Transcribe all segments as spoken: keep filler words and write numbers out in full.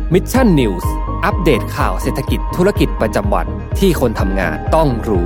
Mission News อัปเดตข่าวเศรษฐกิจธุรกิจประจำวันที่คนทำงานต้องรู้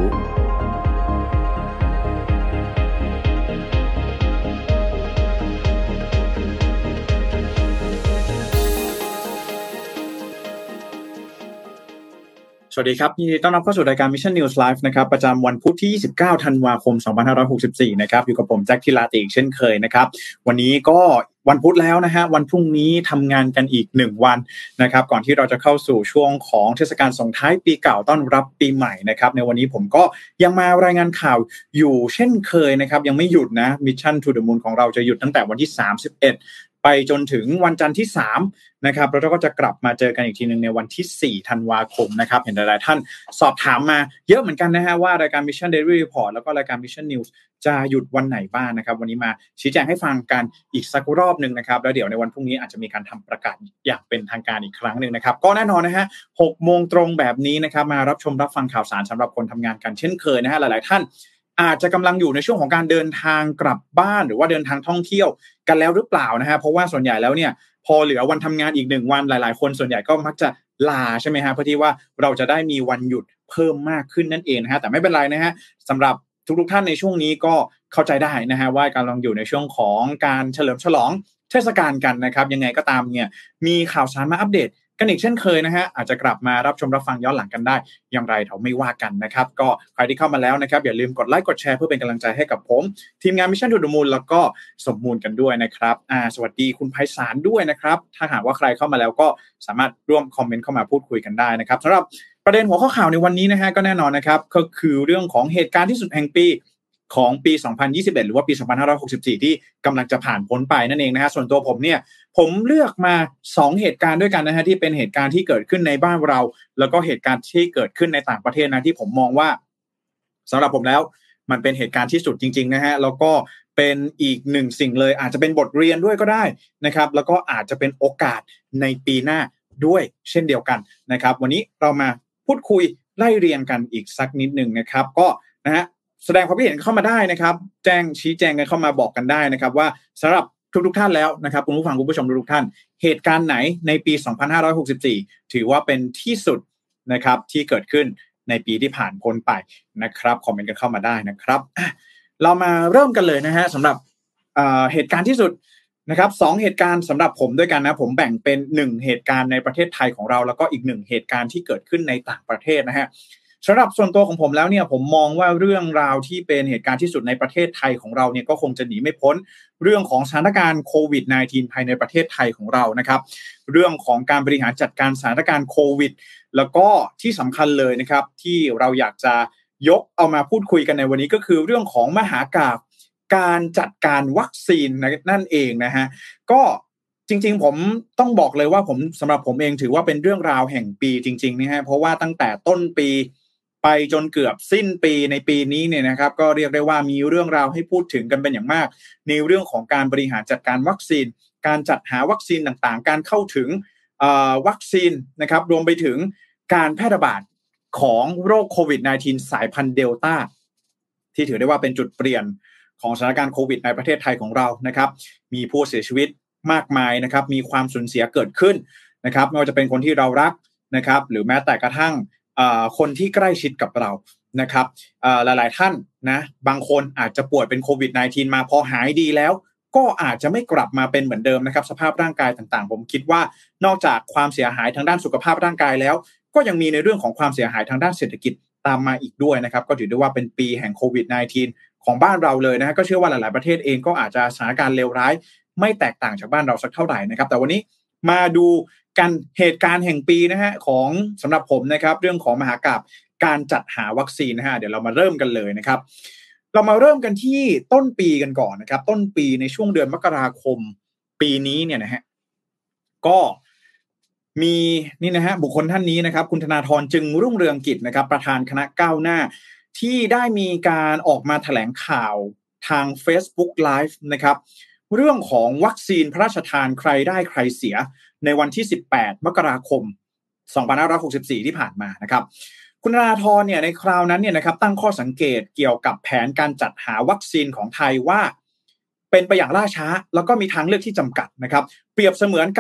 สวัสดีครับยินดีต้อนรับเข้าสู่รายการ Mission News Live นะครับประจำวันพุธที่ยี่สิบเก้าธันวาคมสองพันห้าร้อยหกสิบสี่นะครับอยู่กับผมแจ็คทิลาติอีกเช่นเคยนะครับวันนี้ก็วันพุธแล้วนะฮะวันพรุ่งนี้ทำงานกันอีกหนึ่งวันนะครับก่อนที่เราจะเข้าสู่ช่วงของเทศกาลส่งท้ายปีเก่าต้อนรับปีใหม่นะครับในวันนี้ผมก็ยังมารายงานข่าวอยู่เช่นเคยนะครับยังไม่หยุดนะ Mission to the Moon ของเราจะหยุดตั้งแต่วันที่สามสิบเอ็ดไปจนถึงวันจันทร์ที่สามนะครับแล้วเราก็จะกลับมาเจอกันอีกทีนึงในวันที่สี่ธันวาคมนะครับเห็นหลายๆท่านสอบถามมาเยอะเหมือนกันนะฮะว่ารายการ Mission Daily Report แล้วก็รายการ Mission News จะหยุดวันไหนบ้าง นะครับวันนี้มาชี้แจงให้ฟังกันอีกสักรอบนึงนะครับแล้วเดี๋ยวในวันพรุ่งนี้อาจจะมีการทำประกาศอย่างเป็นทางการอีกครั้งนึงนะครับก็แน่นอนนะฮะ หกโมงตรงแบบนี้นะครับมารับชมรับฟังข่าวสารสำหรับคนทำงานกันเช่นเคยนะฮะหลายๆท่านอาจจะกำลังอยู่ในช่วงของการเดินทางกลับบ้านหรือว่าเดินทางท่องเที่ยวกันแล้วหรือเปล่านะฮะเพราะว่าส่วนใหญ่แล้วเนี่ยพอเหลือวันทำงานอีกหนึ่งวันหลายๆคนส่วนใหญ่ก็มักจะลาใช่ไหมฮะเพื่อที่ว่าเราจะได้มีวันหยุดเพิ่มมากขึ้นนั่นเองนะฮะแต่ไม่เป็นไรนะฮะสำหรับทุกๆท่านในช่วงนี้ก็เข้าใจได้นะฮะว่ากำลังอยู่ในช่วงของการเฉลิมฉลองเทศกาลกันนะครับยังไงก็ตามเนี่ยมีข่าวสารมาอัปเดตกันอีกเช่นเคยนะฮะอาจจะกลับมารับชมรับฟังย้อนหลังกันได้อย่างไรเราไม่ว่ากันนะครับก็ใครที่เข้ามาแล้วนะครับอย่าลืมกดไลค์กดแชร์เพื่อเป็นกำลังใจให้กับผมทีมงาน Mission to the Moon แล้วก็สมมูลกันด้วยนะครับอ่าสวัสดีคุณไพศาลด้วยนะครับถ้าหากว่าใครเข้ามาแล้วก็สามารถร่วมคอมเมนต์เข้ามาพูดคุยกันได้นะครับสำหรับประเด็นหัวข้อข่าวในวันนี้นะฮะก็แน่นอนนะครับก็คือเรื่องของเหตุการณ์ที่สุดแห่งปีของปีสองพันยี่สิบเอ็ดหรือว่าปีสองพันห้าร้อยหกสิบสี่ที่กำลังจะผ่านพ้นไปนั่นเองนะฮะส่วนตัวผมเนี่ยผมเลือกมาสองเหตุการณ์ด้วยกันนะฮะที่เป็นเหตุการณ์ที่เกิดขึ้นในบ้านเราแล้วก็เหตุการณ์ที่เกิดขึ้นในต่างประเทศนะที่ผมมองว่าสำหรับผมแล้วมันเป็นเหตุการณ์ที่สุดจริงๆนะฮะแล้วก็เป็นอีกหนึ่งสิ่งเลยอาจจะเป็นบทเรียนด้วยก็ได้นะครับแล้วก็อาจจะเป็นโอกาสในปีหน้าด้วยเช่นเดียวกันนะครับวันนี้เรามาพูดคุยไล่เรียงกันอีกสักนิดนึงนะครับก็นะฮะแสดงความคิดเห็นเข้ามาได้นะครับแจ้งชี้แจงกันเข้ามาบอกกันได้นะครับว่าสำหรับทุกๆท่านแล้วนะครับคุณผู้ฟังคุณผู้ชมทุกท่านเหตุการณ์ไหนในปีสองพันห้าร้อยหกสิบสี่ถือว่าเป็นที่สุดนะครับที่เกิดขึ้นในปีที่ผ่านพ้นไปนะครับคอมเมนต์กันเข้ามาได้นะครับเรามาเริ่มกันเลยนะฮะสำหรับเอ่อเหตุการณ์ที่สุดนะครับสองเหตุการณ์สำหรับผมด้วยกันนะผมแบ่งเป็นหนึ่งเหตุการณ์ในประเทศไทยของเราแล้วก็อีกหนึ่งเหตุการณ์ที่เกิดขึ้นในต่างประเทศนะฮะสำหรับส่วนตัวของผมแล้วเนี่ยผมมองว่าเรื่องราวที่เป็นเหตุการณ์ที่สุดในประเทศไทยของเราเนี่ยก็คงจะหนีไม่พ้นเรื่องของสถานการณ์โควิด สิบเก้า ภายในประเทศไทยของเรานะครับเรื่องของการบริหารจัดการสถานการณ์โควิดแล้วก็ที่สำคัญเลยนะครับที่เราอยากจะยกเอามาพูดคุยกันในวันนี้ก็คือเรื่องของมหากาพย์การจัดการวัคซีนนั่นเองนะฮะก็จริงๆผมต้องบอกเลยว่าผมสำหรับผมเองถือว่าเป็นเรื่องราวแห่งปีจริงๆนะฮะเพราะว่าตั้งแต่ต้นปีไปจนเกือบสิ้นปีในปีนี้เนี่ยนะครับก็เรียกได้ว่ามีเรื่องราวให้พูดถึงกันเป็นอย่างมากในเรื่องของการบริหารจัดการวัคซีนการจัดหาวัคซีนต่างๆการเข้าถึงวัคซีนนะครับรวมไปถึงการแพร่ระบาดของโรคโควิด สิบเก้า สายพันธุ์เดลต้าที่ถือได้ว่าเป็นจุดเปลี่ยนของสถานการณ์โควิดในประเทศไทยของเรานะครับมีผู้เสียชีวิตมากมายนะครับมีความสูญเสียเกิดขึ้นนะครับไม่ว่าจะเป็นคนที่เรารักนะครับหรือแม้แต่กระทั่งคนที่ใกล้ชิดกับเรานะครับหลายๆท่านนะบางคนอาจจะป่วยเป็นโควิด สิบเก้า มาพอหายดีแล้วก็อาจจะไม่กลับมาเป็นเหมือนเดิมนะครับสภาพร่างกายต่างๆผมคิดว่านอกจากความเสียหายทางด้านสุขภาพร่างกายแล้วก็ยังมีในเรื่องของความเสียหายทางด้านเศรษฐกิจตามมาอีกด้วยนะครับก็ถือได้ว่าเป็นปีแห่งโควิด สิบเก้า ของบ้านเราเลยนะฮะก็เชื่อว่าหลายๆประเทศเองก็อาจจะสถานการณ์เลวร้ายไม่แตกต่างจากบ้านเราสักเท่าไหร่นะครับแต่วันนี้มาดูกันเหตุการณ์แห่งปีนะฮะของสำหรับผมนะครับเรื่องของมหากาพย์การจัดหาวัคซีนนะฮะเดี๋ยวเรามาเริ่มกันเลยนะครับเรามาเริ่มกันที่ต้นปีกันก่อนนะครับต้นปีในช่วงเดือนมกราคมปีนี้เนี่ยนะฮะก็มีนี่นะฮะบุคคลท่านนี้นะครับคุณธนาธรจึงรุ่งเรืองกิจนะครับประธานคณะก้าวหน้าที่ได้มีการออกมาแถลงข่าวทาง Facebook Live นะครับเรื่องของวัคซีนพระราชทานใครได้ใครเสียในวันที่สิบแปดมกราคมสองพันห้าร้อยหกสิบสี่ที่ผ่านมานะครับคุณธนาธรเนี่ยในคราวนั้นเนี่ยนะครับตั้งข้อสังเกตเกี่ยวกับแผนการจัดหาวัคซีนของไทยว่าเป็นไปอย่างล่าช้าแล้วก็มีทางเลือกที่จำกัดนะครับเปรียบเสมือนกับ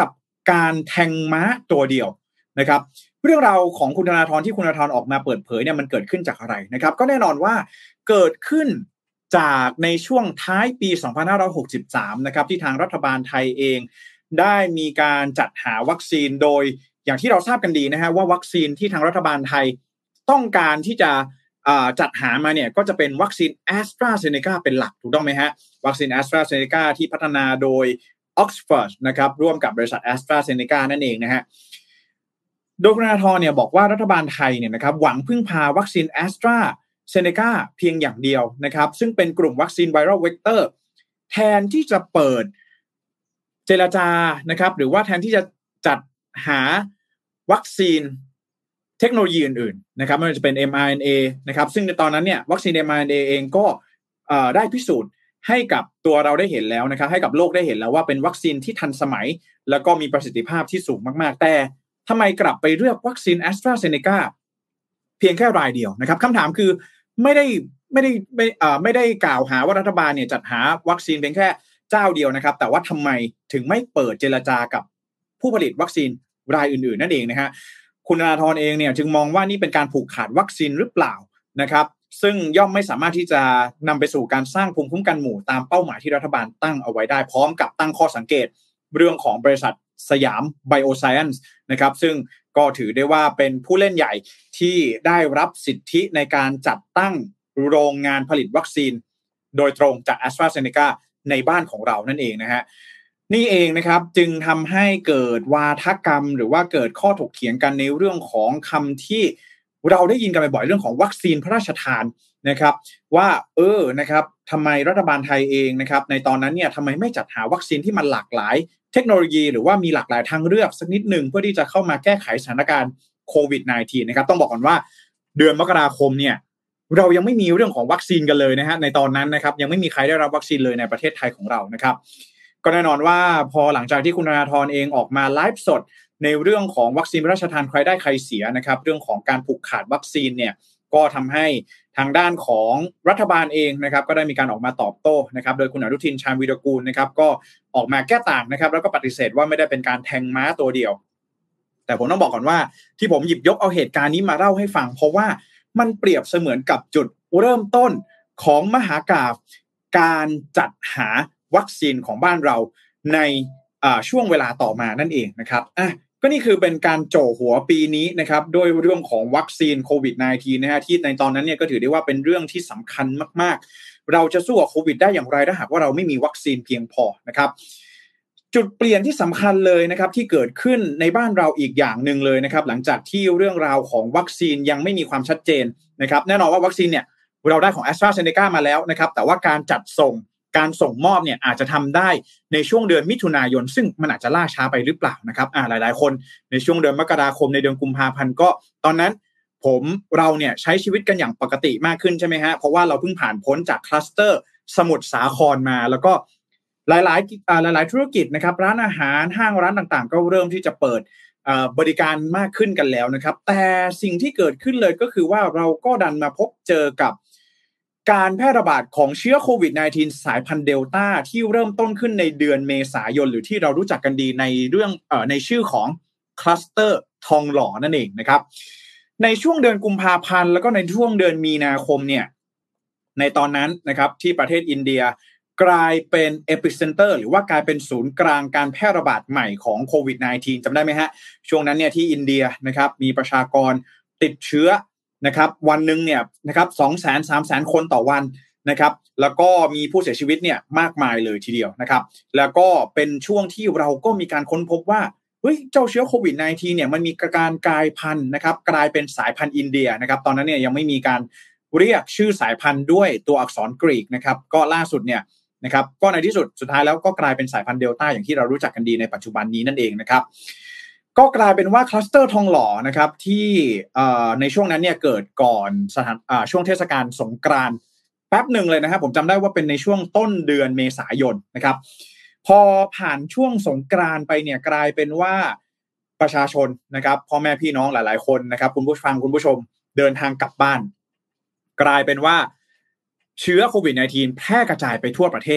การแทงม้าตัวเดียวนะครับเรื่องราวของคุณธนาธรที่คุณธนาธรออกมาเปิดเผยเนี่ยมันเกิดขึ้นจากอะไรนะครับก็แน่นอนว่าเกิดขึ้นจากในช่วงท้ายปีสองพันห้าร้อยหกสิบสามนะครับที่ทางรัฐบาลไทยเองได้มีการจัดหาวัคซีนโดยอย่างที่เราทราบกันดีนะฮะว่าวัคซีนที่ทางรัฐบาลไทยต้องการที่จะจัดหามาเนี่ยก็จะเป็นวัคซีน AstraZeneca เป็นหลักถูกต้องไหมฮะวัคซีน AstraZeneca ที่พัฒนาโดย Oxford นะครับร่วมกับบริษัท AstraZeneca นั่นเองนะฮะโดยคุณธนาธรเนี่ยบอกว่ารัฐบาลไทยเนี่ยนะครับหวังพึ่งพาวัคซีน AstraZeneca เพียงอย่างเดียวนะครับซึ่งเป็นกลุ่มวัคซีนไวรัลเวกเตอร์แทนที่จะเปิดเจรจานะครับหรือว่าแทนที่จะจัดหาวัคซีนเทคโนโลยีอื่นๆนะครับไม่ว่าจะเป็น เอ็ม อาร์ เอ็น เอ นะครับซึ่งในตอนนั้นเนี่ยวัคซีน เอ็ม อาร์ เอ็น เอ เองก็ได้พิสูจน์ให้กับตัวเราได้เห็นแล้วนะครับให้กับโลกได้เห็นแล้วว่าเป็นวัคซีนที่ทันสมัยแล้วก็มีประสิทธิภาพที่สูงมากๆแต่ทำไมกลับไปเลือกวัคซีน AstraZeneca เพียงแค่รายเดียวนะครับคำถามคือไม่ได้ไม่ได้ไม่อ่าไม่ได้กล่าวหาว่ารัฐบาลเนี่ยจัดหาวัคซีนเพียงแค่เจ้าเดียวนะครับแต่ว่าทำไมถึงไม่เปิดเจรจากับผู้ผลิตวัคซีนรายอื่นๆนั่นเองนะฮะคุณธนาธรเองเนี่ยจึงมองว่านี่เป็นการผูกขาดวัคซีนหรือเปล่านะครับซึ่งย่อมไม่สามารถที่จะนำไปสู่การสร้างภูมิคุ้มกันหมู่ตามเป้าหมายที่รัฐบาลตั้งเอาไว้ได้พร้อมกับตั้งข้อสังเกตเรื่องของบริษัทสยามไบโอไซเอนซ์นะครับซึ่งก็ถือได้ว่าเป็นผู้เล่นใหญ่ที่ได้รับสิทธิในการจัดตั้งโรงงานผลิตวัคซีนโดยตรงจาก AstraZeneca ในบ้านของเรานั่นเองนะฮะนี่เองนะครับจึงทำให้เกิดวาทกรรมหรือว่าเกิดข้อถกเถียงกันในเรื่องของคำที่เราได้ยินกันบ่อยๆเรื่องของวัคซีนพระราชทานนะครับว่าเออนะครับทำไมรัฐบาลไทยเองนะครับในตอนนั้นเนี่ยทำไมไม่จัดหาวัคซีนที่มันหลากหลายเทคโนโลยีหรือว่ามีหลากหลายทางเลือกสักนิดหนึ่งเพื่อที่จะเข้ามาแก้ไขสถานการณ์โควิด สิบเก้า นะครับต้องบอกก่อนว่าเดือนมกราคมเนี่ยเรายังไม่มีเรื่องของวัคซีนกันเลยนะฮะในตอนนั้นนะครับยังไม่มีใครได้รับวัคซีนเลยในประเทศไทยของเรานะครับก็แน่นอนว่าพอหลังจากที่คุณธนาธรเองออกมาไลฟ์สดในเรื่องของวัคซีนพระราชทานใครได้ใครเสียนะครับเรื่องของการผูกขาดวัคซีนเนี่ยก็ทำให้ทางด้านของรัฐบาลเองนะครับก็ได้มีการออกมาตอบโต้นะครับโดยคุณอนุทินชาญวีรกูลนะครับก็ออกมาแก้ต่างนะครับแล้วก็ปฏิเสธว่าไม่ได้เป็นการแทงม้าตัวเดียวแต่ผมต้องบอกก่อนว่าที่ผมหยิบยกเอาเหตุการณ์นี้มาเล่าให้ฟังเพราะว่ามันเปรียบเสมือนกับจุดเริ่มต้นของมหากาพย์การจัดหาวัคซีนของบ้านเราในช่วงเวลาต่อมานั่นเองนะครับอ่ะก็นี่คือเป็นการโจหัวปีนี้นะครับโดยเรื่องของวัคซีนโควิด สิบเก้า นะฮะที่ในตอนนั้นเนี่ยก็ถือได้ว่าเป็นเรื่องที่สำคัญมากๆเราจะสู้กับโควิดได้อย่างไรถ้าหากว่าเราไม่มีวัคซีนเพียงพอนะครับจุดเปลี่ยนที่สำคัญเลยนะครับที่เกิดขึ้นในบ้านเราอีกอย่างหนึ่งเลยนะครับหลังจากที่เรื่องราวของวัคซีนยังไม่มีความชัดเจนนะครับแน่นอนว่าวัคซีนเนี่ยเราได้ของ AstraZeneca มาแล้วนะครับแต่ว่าการจัดส่งการส่งมอบเนี่ยอาจจะทำได้ในช่วงเดือนมิถุนายนซึ่งมันอาจจะล่าช้าไปหรือเปล่านะครับอ่าหลายๆคนในช่วงเดือนมกราคมในเดือนกุมภาพันธ์ก็ตอนนั้นผมเราเนี่ยใช้ชีวิตกันอย่างปกติมากขึ้นใช่ไหมฮะเพราะว่าเราเพิ่งผ่านพ้นจากคลัสเตอร์สมุทรสาครมาแล้วก็หลายๆอ่าหลายๆธุรกิจนะครับร้านอาหารห้างร้านต่างๆก็เริ่มที่จะเปิดอ่าบริการมากขึ้นกันแล้วนะครับแต่สิ่งที่เกิดขึ้นเลยก็คือว่าเราก็ดันมาพบเจอกับการแพร่ระบาดของเชื้อโควิด สิบเก้า สายพันธุ์เดลต้าที่เริ่มต้นขึ้นในเดือนเมษายนหรือที่เรารู้จักกันดีในเรื่องเอ่อในชื่อของคลัสเตอร์ทองหล่อนั่นเองนะครับในช่วงเดือนกุมภาพันธ์แล้วก็ในช่วงเดือนมีนาคมเนี่ยในตอนนั้นนะครับที่ประเทศอินเดียกลายเป็นเอพิเซนเตอร์หรือว่ากลายเป็นศูนย์กลางการแพร่ระบาดใหม่ของโควิด สิบเก้า จำได้ไหมฮะช่วงนั้นเนี่ยที่อินเดียนะครับมีประชากรติดเชื้อนะครับวันนึงเนี่ยนะครับ สองแสน สามแสน คนต่อวันนะครับแล้วก็มีผู้เสียชีวิตเนี่ยมากมายเลยทีเดียวนะครับแล้วก็เป็นช่วงที่เราก็มีการค้นพบว่าเฮ้ยเจ้าเชื้อโควิด สิบเก้า เนี่ยมันมีการกลายพันธุ์นะครับกลายเป็นสายพันธุ์อินเดียนะครับตอนนั้นเนี่ยยังไม่มีการเรียกชื่อสายพันธุ์ด้วยตัวอักษรกรีกนะครับก็ล่าสุดเนี่ยนะครับก็ในที่สุดสุดท้ายแล้วก็กลายเป็นสายพันธุ์เดลต้าอย่างที่เรารู้จักกันดีในปัจจุบันนี้นั่นเองนะครับก็กลายเป็นว่าคลัสเตอร์ทองหล่อนะครับที่ในช่วงนั้นเนี่ยเกิดก่อนสถานช่วงเทศกาลสงกรานต์แป๊บหนึ่งเลยนะครับผมจำได้ว่าเป็นในช่วงต้นเดือนเมษายนนะครับพอผ่านช่วงสงกรานต์ไปเนี่ยกลายเป็นว่าประชาชนนะครับพ่อแม่พี่น้องหลายๆคนนะครับคุณผู้ฟังคุณผู้ชมเดินทางกลับบ้านกลายเป็นว่าเชื้อโควิด สิบเก้า แพร่กระจายไปทั่วประเทศ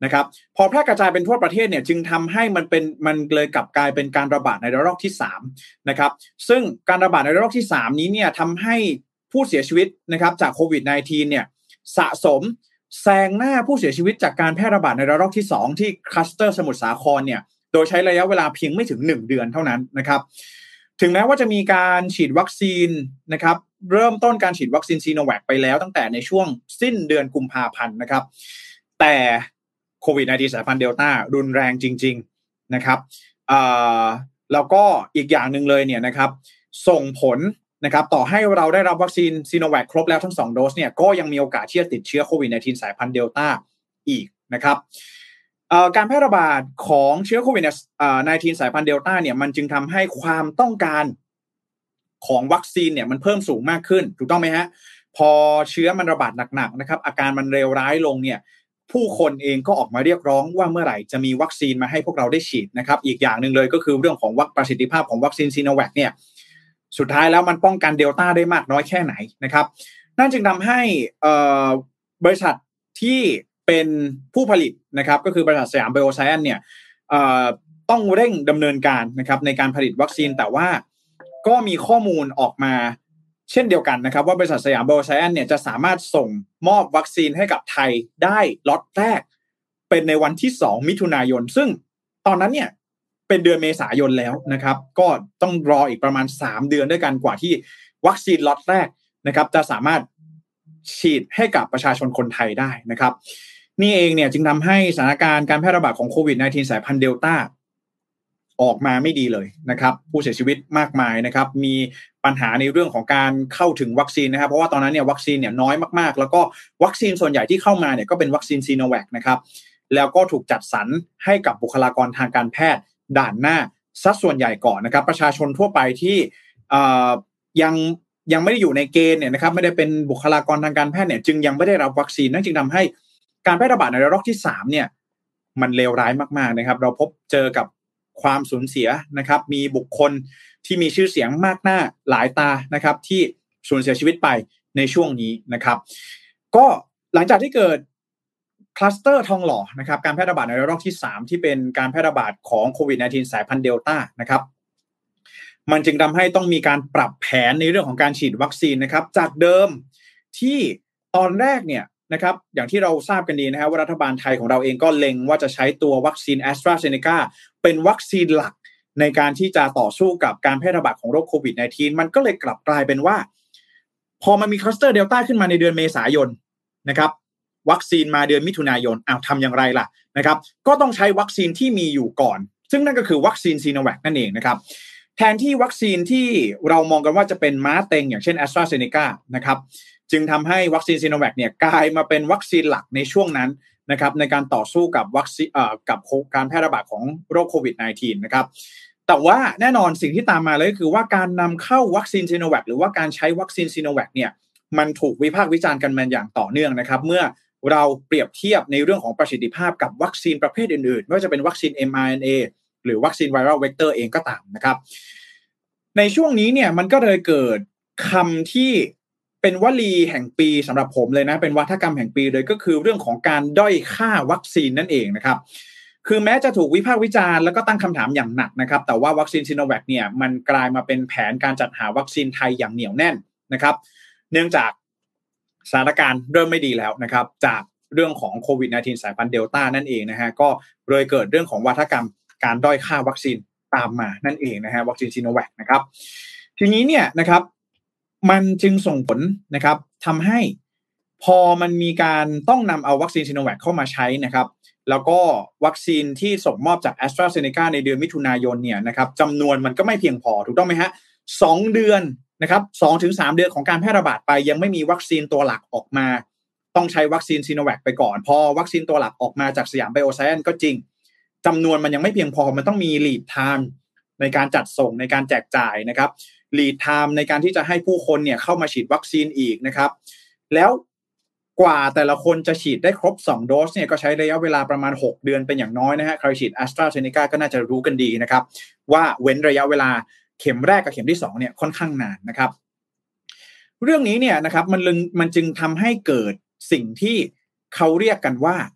นะครับพอแพร่กระจายเป็นทั่วประเทศเนี่ยจึงทำให้มันเป็นมันเลยกลับกลายเป็นการระบาดในระลอกที่สามนะครับซึ่งการระบาดในระลอกที่สามนี้เนี่ยทำให้ผู้เสียชีวิตนะครับจากโควิด สิบเก้า เนี่ยสะสมแซงหน้าผู้เสียชีวิตจากการแพร่ระบาดในระลอกที่สองที่คลัสเตอร์สมุทรสาครเนี่ยโดยใช้ระยะเวลาเพียงไม่ถึงหนึ่งเดือนเท่านั้นนะครับถึงแม้ว่าจะมีการฉีดวัคซีนนะครับเริ่มต้นการฉีดวัคซีนซีโนแวคไปแล้วตั้งแต่ในช่วงสิ้นเดือนกุมภาพันธ์นะครับแต่โควิด สิบเก้า สายพันธุ์เดลต้ารุนแรงจริงๆนะครับแล้วก็อีกอย่างหนึ่งเลยเนี่ยนะครับส่งผลนะครับต่อให้เราได้รับวัคซีนซีโนแวคครบแล้วทั้งสองโดสเนี่ยก็ยังมีโอกาสที่จะติดเชื้อโควิด สิบเก้า สายพันธุ์เดลต้าอีกนะครับการแพร่ระบาดของเชื้อโควิด สิบเก้า สายพันธุ์เดลต้าเนี่ยมันจึงทำให้ความต้องการของวัคซีนเนี่ยมันเพิ่มสูงมากขึ้นถูกต้องไหมฮะพอเชื้อมันระบาดหนักๆนะครับอาการมันเลวร้ายลงเนี่ยผู้คนเองก็ออกมาเรียกร้องว่าเมื่อไหร่จะมีวัคซีนมาให้พวกเราได้ฉีดนะครับอีกอย่างนึงเลยก็คือเรื่องของวัคประสิทธิภาพของวัคซีนซีโนแวคเนี่ยสุดท้ายแล้วมันป้องกันเดลต้าได้มากน้อยแค่ไหนนะครับนั่นจึงทำให้บริษัทที่เป็นผู้ผลิตนะครับก็คือบริษัทสยามไบโอไซเอนซ์เนี่ยต้องเร่งดำเนินการนะครับในการผลิตวัคซีนแต่ว่าก็มีข้อมูลออกมาเช่นเดียวกันนะครับว่าบริษัทสยามไบโอไซเอนซ์เนี่ยจะสามารถส่งมอบวัคซีนให้กับไทยได้ล็อตแรกเป็นในวันที่สองมิถุนายนซึ่งตอนนั้นเนี่ยเป็นเดือนเมษายนแล้วนะครับก็ต้องรออีกประมาณสามเดือนด้วยกันกว่าที่วัคซีนล็อตแรกนะครับจะสามารถฉีดให้กับประชาชนคนไทยได้นะครับนี่เองเนี่ยจึงทำให้สถานการณ์การแพร่ระบาดของโควิด สิบเก้า สายพันธุ์เดลต้าออกมาไม่ดีเลยนะครับผู้เสียชีวิตมากมายนะครับมีปัญหาในเรื่องของการเข้าถึงวัคซีนนะครับเพราะว่าตอนนั้นเนี่ยวัคซีนเนี่ยน้อยมากๆแล้วก็วัคซีนส่วนใหญ่ที่เข้ามาเนี่ยก็เป็นวัคซีนซีโนแวคนะครับแล้วก็ถูกจัดสรรให้กับบุคลากรทางการแพทย์ด่านหน้าซะส่วนใหญ่ก่อนนะครับประชาชนทั่วไปที่ยังยังไม่ได้อยู่ในเกณฑ์เนี่ยนะครับไม่ได้เป็นบุคลากรทางการแพทย์เนี่ยจึงยังไม่ได้รับวัคซีนนั่นจึงทำให้การแพร่ระบาดในระลอกที่สามเนี่ยมันเลวร้ายมากๆนะครับเราพบเจอกับความสูญเสียนะครับมีบุคคลที่มีชื่อเสียงมากหน้าหลายตานะครับที่สูญเสียชีวิตไปในช่วงนี้นะครับก็หลังจากที่เกิดคลัสเตอร์ทองหล่อนะครับการแพร่ระบาดในระลอกที่สามที่เป็นการแพร่ระบาดของโควิด สิบเก้า สายพันธุ์เดลต้านะครับมันจึงทำให้ต้องมีการปรับแผนในเรื่องของการฉีดวัคซีนนะครับจากเดิมที่ตอนแรกเนี่ยนะครับอย่างที่เราทราบกันดีนะครับว่ารัฐบาลไทยของเราเองก็เล็งว่าจะใช้ตัววัคซีน AstraZeneca เป็นวัคซีนหลักในการที่จะต่อสู้กับการแพร่ระบาดของโรคโควิด สิบเก้า มันก็เลยกลับกลายเป็นว่าพอมันมีคลัสเตอร์เดลต้าขึ้นมาในเดือนเมษายนนะครับวัคซีนมาเดือนมิถุนายนอ้าวทำอย่างไรล่ะนะครับก็ต้องใช้วัคซีนที่มีอยู่ก่อนซึ่งนั่นก็คือวัคซีนซีโนแวคนั่นเองนะครับแทนที่วัคซีนที่เรามองกันว่าจะเป็นม้าเต็งอย่างเช่น AstraZeneca นะครับจึงทำให้วัคซีนซีโนแวคเนี่ยกลายมาเป็นวัคซีนหลักในช่วงนั้นนะครับในการต่อสู้กับวัคซีนเอ่อกับการแพร่ระบาดของโรคโควิด สิบเก้า นะครับแต่ว่าแน่นอนสิ่งที่ตามมาเลยก็คือว่าการนำเข้าวัคซีนซีโนแวคหรือว่าการใช้วัคซีนซีโนแวคเนี่ยมันถูกวิพากษ์วิจารณ์กันมาอย่างต่อเนื่องนะครับเมื่อเราเปรียบเทียบในเรื่องของประสิทธิภาพกับวัคซีนประเภทอื่นๆไม่ว่าจะเป็นวัคซีน เอ็ม อาร์ เอ็น เอ หรือวัคซีนไวรัลเวกเตอร์เองก็ตามนะครับในช่วงนี้เนี่ยมันก็เลยเกิดคำที่เป็นวลีแห่งปีสำหรับผมเลยนะเป็นวาทกรรมแห่งปีเลยก็คือเรื่องของการด้อยค่าวัคซีนนั่นเองนะครับคือแม้จะถูกวิพากษ์วิจารณ์แล้วก็ตั้งคำถามอย่างหนักนะครับแต่ว่าวัคซีนซิโนแวคเนี่ยมันกลายมาเป็นแผนการจัดหาวัคซีนไทยอย่างเหนียวแน่นนะครับเนื่องจากสถานการณ์เริ่มไม่ดีแล้วนะครับจากเรื่องของโควิด สิบเก้า สายพันธุ์เดลต้านั่นเองนะฮะก็เลยเกิดเรื่องของวาทกรรมการด้อยค่าวัคซีนตามมานั่นเองนะฮะวัคซีนซิโนแวคนะครับทีนี้เนี่ยนะครับมันจึงส่งผลนะครับทำให้พอมันมีการต้องนำเอาวัคซีนซิโนแวคเข้ามาใช้นะครับแล้วก็วัคซีนที่ส่งมอบจาก AstraZeneca ในเดือนมิถุนายนเนี่ยนะครับจำนวนมันก็ไม่เพียงพอถูกต้องไหมฮะสองเดือนนะครับ สองถึงสาม เดือนของการแพร่ระบาดไปยังไม่มีวัคซีนตัวหลักออกมาต้องใช้วัคซีนซิโนแวคไปก่อนพอวัคซีนตัวหลักออกมาจากสยามไบโอไซเอนซ์ก็จริงจำนวนมันยังไม่เพียงพอมันต้องมี lead time ในการจัดส่งในการแจกจ่ายนะครับ lead time ในการที่จะให้ผู้คนเนี่ยเข้ามาฉีดวัคซีนอีกนะครับแล้วกว่าแต่ละคนจะฉีดได้ครบสองโดสเนี่ยก็ใช้ระยะเวลาประมาณหกเดือนเป็นอย่างน้อยนะฮะใครฉีด AstraZeneca ก็น่าจะรู้กันดีนะครับว่าเว้นระยะเวลาเข็มแรกกับเข็มที่สองเนี่ยค่อนข้างนานนะครับเรื่องนี้เนี่ยนะครับมันมันจึงทำให้เกิดสิ่งที่เขาเรียกกันว่า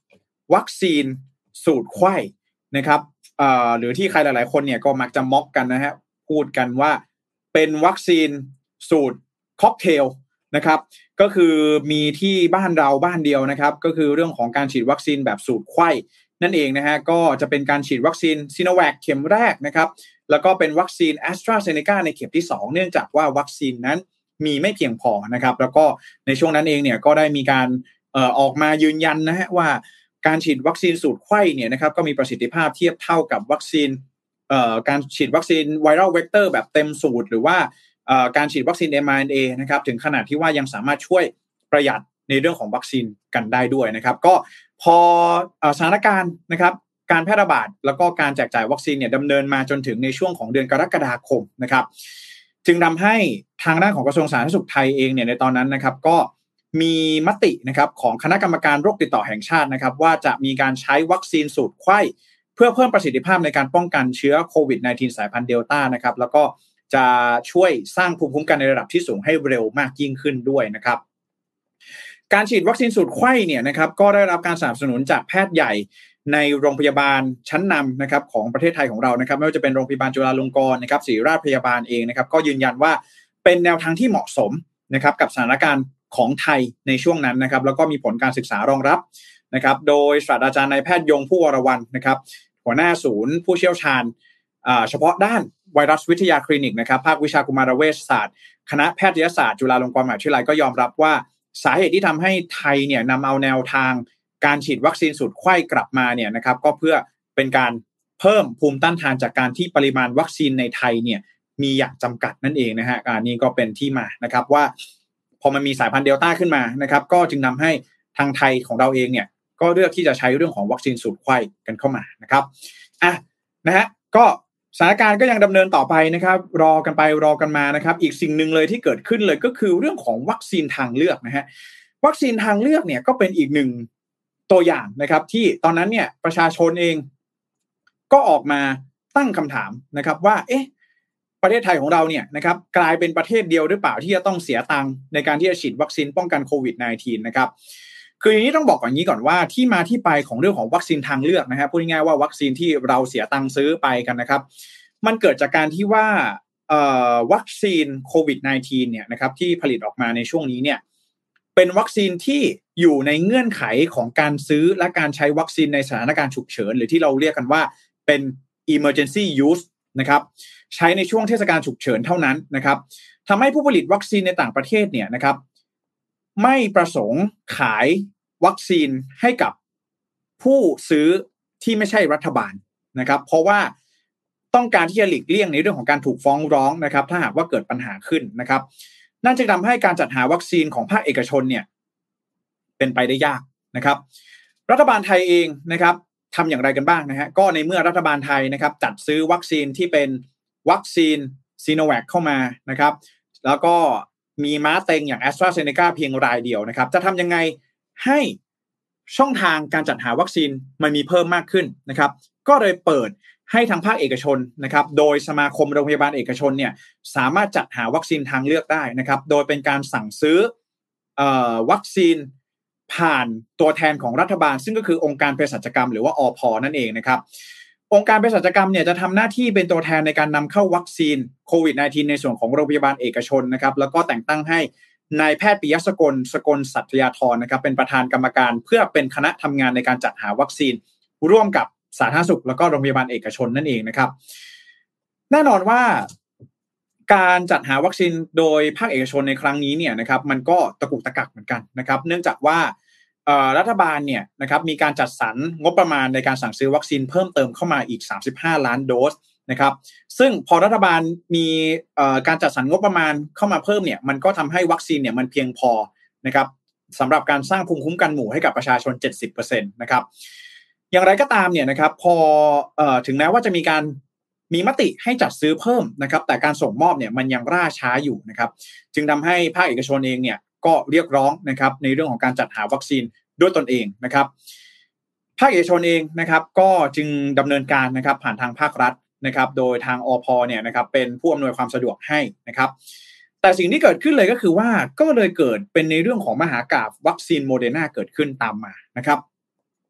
วัคซีนสูตรไข้นะครับเอ่อหรือที่ใครหลายๆคนเนี่ยก็มักจะม็อกกันนะฮะพูดกันว่าเป็นวัคซีนสูตรค็อกเทลนะครับก็คือมีที่บ้านเราบ้านเดียวนะครับก็คือเรื่องของการฉีดวัคซีนแบบสูตรไข้นั่นเองนะฮะก็จะเป็นการฉีดวัคซีนซิโนแวคเข็มแรกนะครับแล้วก็เป็นวัคซีน AstraZeneca ในเข็มที่สองเนื่องจากว่าวัคซีนนั้นมีไม่เพียงพอนะครับแล้วก็ในช่วงนั้นเองเนี่ยก็ได้มีการเอ่อออกมายืนยันนะฮะว่าการฉีดวัคซีนสูตรไข้เนี่ยนะครับก็มีประสิทธิภาพเทียบเท่ากับวัคซีนเอ่อการฉีดวัคซีนไวรัลเวกเตอร์แบบเต็มสูตรหรือว่าเอ่อการฉีดวัคซีน เอ็ม อาร์ เอ็น เอ นะครับถึงขนาดที่ว่ายังสามารถช่วยประหยัดในเรื่องของวัคซีนกันได้ด้วยนะครับก็พอสถานการณ์นะครับการแพร่ระบาดแล้วก็การแจกจ่ายวัคซีนเนี่ยดำเนินมาจนถึงในช่วงของเดือนกรกฎาคมนะครับจึงทำให้ทางด้านของกระทรวงสาธารณสุขไทยเองเนี่ยในตอนนั้นนะครับก็มีมตินะครับของคณะกรรมการโรคติดต่อแห่งชาตินะครับว่าจะมีการใช้วัคซีนสูตรไข้เพื่อเพิ่มประสิทธิภาพในการป้องกันเชื้อโควิด สิบเก้า สายพันธุ์เดลต้านะครับแล้วก็จะช่วยสร้างภูมิคุ้มกันในระดับที่สูงให้เร็วมากยิ่งขึ้นด้วยนะครับการฉีดวัคซีนสูตรไข้เนี่ยนะครับก็ได้รับการสนับสนุนจากแพทย์ใหญ่ในโรงพยาบาลชั้นนำนะครับของประเทศไทยของเรานะครับไม่ว่าจะเป็นโรงพยาบาลจุฬาลงกรณ์นะครับศิริราชพยาบาลเองนะครับก็ยืนยันว่าเป็นแนวทางที่เหมาะสมนะครับกับสถานการณ์ของไทยในช่วงนั้นนะครับแล้วก็มีผลการศึกษารองรับนะครับโดยศาสตราจารย์นายแพทย์ยงผู้วรวรรณนะครับหัวหน้าศูนย์ผู้เชี่ยวชาญเฉพาะด้านไวรัสวิทยาคลินิกนะครับภาควิชากุมารเวชศาสตร์คณะแพทยศาสตร์จุฬาลงกรณ์มหาวิทยาลัยก็ยอมรับว่าสาเหตุที่ทำให้ไทยเนี่ยนำเอาแนวทางการฉีดวัคซีนสูตรไข้กลับมาเนี่ยนะครับก็เพื่อเป็นการเพิ่มภูมิต้านทานจากการที่ปริมาณวัคซีนในไทยเนี่ยมีอย่างจำกัดนั่นเองนะฮะอันนี้ก็เป็นที่มานะครับว่าพอมันมีสายพันธุ์เดลต้าขึ้นมานะครับก็จึงนำให้ทางไทยของเราเองเนี่ยก็เลือกที่จะใช้เรื่องของวัคซีนสูตรไข้กันเข้ามานะครับอ่ะนะฮะก็สถานการณ์ก็ยังดำเนินต่อไปนะครับรอกันไปรอกันมานะครับอีกสิ่งหนึ่งเลยที่เกิดขึ้นเลยก็คือเรื่องของวัคซีนทางเลือกนะฮะวัคซีนทางเลือกเนี่ยก็เป็นอีกหนึ่งตัวอย่างนะครับที่ตอนนั้นเนี่ยประชาชนเองก็ออกมาตั้งคำถามนะครับว่าเอ๊ะประเทศไทยของเราเนี่ยนะครับกลายเป็นประเทศเดียวหรือเปล่าที่จะต้องเสียตังค์ในการที่จะฉีดวัคซีนป้องกันโควิด สิบเก้า นะครับคืออย่างนี้ต้องบอกก่อนนี้ก่อนว่าที่มาที่ไปของเรื่องของวัคซีนทางเลือกนะฮะพูดง่ายๆว่าวัคซีนที่เราเสียตังค์ซื้อไปกันนะครับมันเกิดจากการที่ว่าเอ่อวัคซีนโควิด สิบเก้า เนี่ยนะครับที่ผลิตออกมาในช่วงนี้เนี่ยเป็นวัคซีนที่อยู่ในเงื่อนไขของการซื้อและการใช้วัคซีนในสถานการณ์ฉุกเฉินหรือที่เราเรียกกันว่าเป็น emergency use นะครับใช้ในช่วงเทศกาลฉุกเฉินเท่านั้นนะครับทำให้ผู้ผลิตวัคซีนในต่างประเทศเนี่ยนะครับไม่ประสงค์ขายวัคซีนให้กับผู้ซื้อที่ไม่ใช่รัฐบาลนะครับเพราะว่าต้องการที่จะหลีกเลี่ยงในเรื่องของการถูกฟ้องร้องนะครับถ้าหากว่าเกิดปัญหาขึ้นนะครับนั่นจึงทำให้การจัดหาวัคซีนของภาคเอกชนเนี่ยเป็นไปได้ยากนะครับรัฐบาลไทยเองนะครับทำอย่างไรกันบ้างนะฮะก็ในเมื่อรัฐบาลไทยนะครับจัดซื้อวัคซีนที่เป็นวัคซีนซีโนแวคเข้ามานะครับแล้วก็มีม้าเต็งอย่าง AstraZeneca เพียงรายเดียวนะครับจะทำยังไงให้ช่องทางการจัดหาวัคซีนมันมีเพิ่มมากขึ้นนะครับก็เลยเปิดให้ทางภาคเอกชนนะครับโดยสมาคมโรงพยาบาลเอกชนเนี่ยสามารถจัดหาวัคซีนทางเลือกได้นะครับโดยเป็นการสั่งซื้อเอ่อวัคซีนผ่านตัวแทนของรัฐบาลซึ่งก็คือองค์การเภสัชกรรมหรือว่าอภ.นั่นเองนะครับองค์การเภสัชกรรมเนี่ยจะทำหน้าที่เป็นตัวแทนในการนำเข้าวัคซีนโควิด สิบเก้า ในส่วนของโรงพยาบาลเอกชนนะครับแล้วก็แต่งตั้งให้นายแพทย์ปิยสกลสกลสัตยาธรนะครับเป็นประธานกรรมการเพื่อเป็นคณะทำงานในการจัดหาวัคซีนร่วมกับสาธารณสุขแล้วก็โรงพยาบาลเอกชนนั่นเองนะครับแน่นอนว่าการจัดหาวัคซีนโดยภาคเอกชนในครั้งนี้เนี่ยนะครับมันก็ตะกุกตะกักเหมือนกันนะครับเนื่องจากว่ารัฐบาลเนี่ยนะครับมีการจัดสรรงบประมาณในการสั่งซื้อวัคซีนเพิ่มเติมเข้ามาอีกสามสิบห้าล้านโดสนะครับซึ่งพอรัฐบาลมีการจัดสรรงบประมาณเข้ามาเพิ่มเนี่ยมันก็ทำให้วัคซีนเนี่ยมันเพียงพอนะครับสำหรับการสร้างภูมิคุ้มกันหมู่ให้กับประชาชน เจ็ดสิบเปอร์เซ็นต์ นะครับอย่างไรก็ตามเนี่ยนะครับพอเอ่อถึงแม้ว่าจะมีการมีมติให้จัดซื้อเพิ่มนะครับแต่การส่งมอบเนี่ยมันยังล่าช้าอยู่นะครับจึงทำให้ภาคเอกชนเองเนี่ยก็เรียกร้องนะครับในเรื่องของการจัดหาวัคซีนด้วยตนเองนะครับภาคเอกชนเองนะครับก็จึงดำเนินการนะครับผ่านทางภาครัฐนะครับโดยทางอภ.เนี่ยนะครับเป็นผู้อำนวยความสะดวกให้นะครับแต่สิ่งที่เกิดขึ้นเลยก็คือว่าก็เลยเกิดเป็นในเรื่องของมหากาพย์วัคซีนโมเดอร์นาเกิดขึ้นตามมานะครับ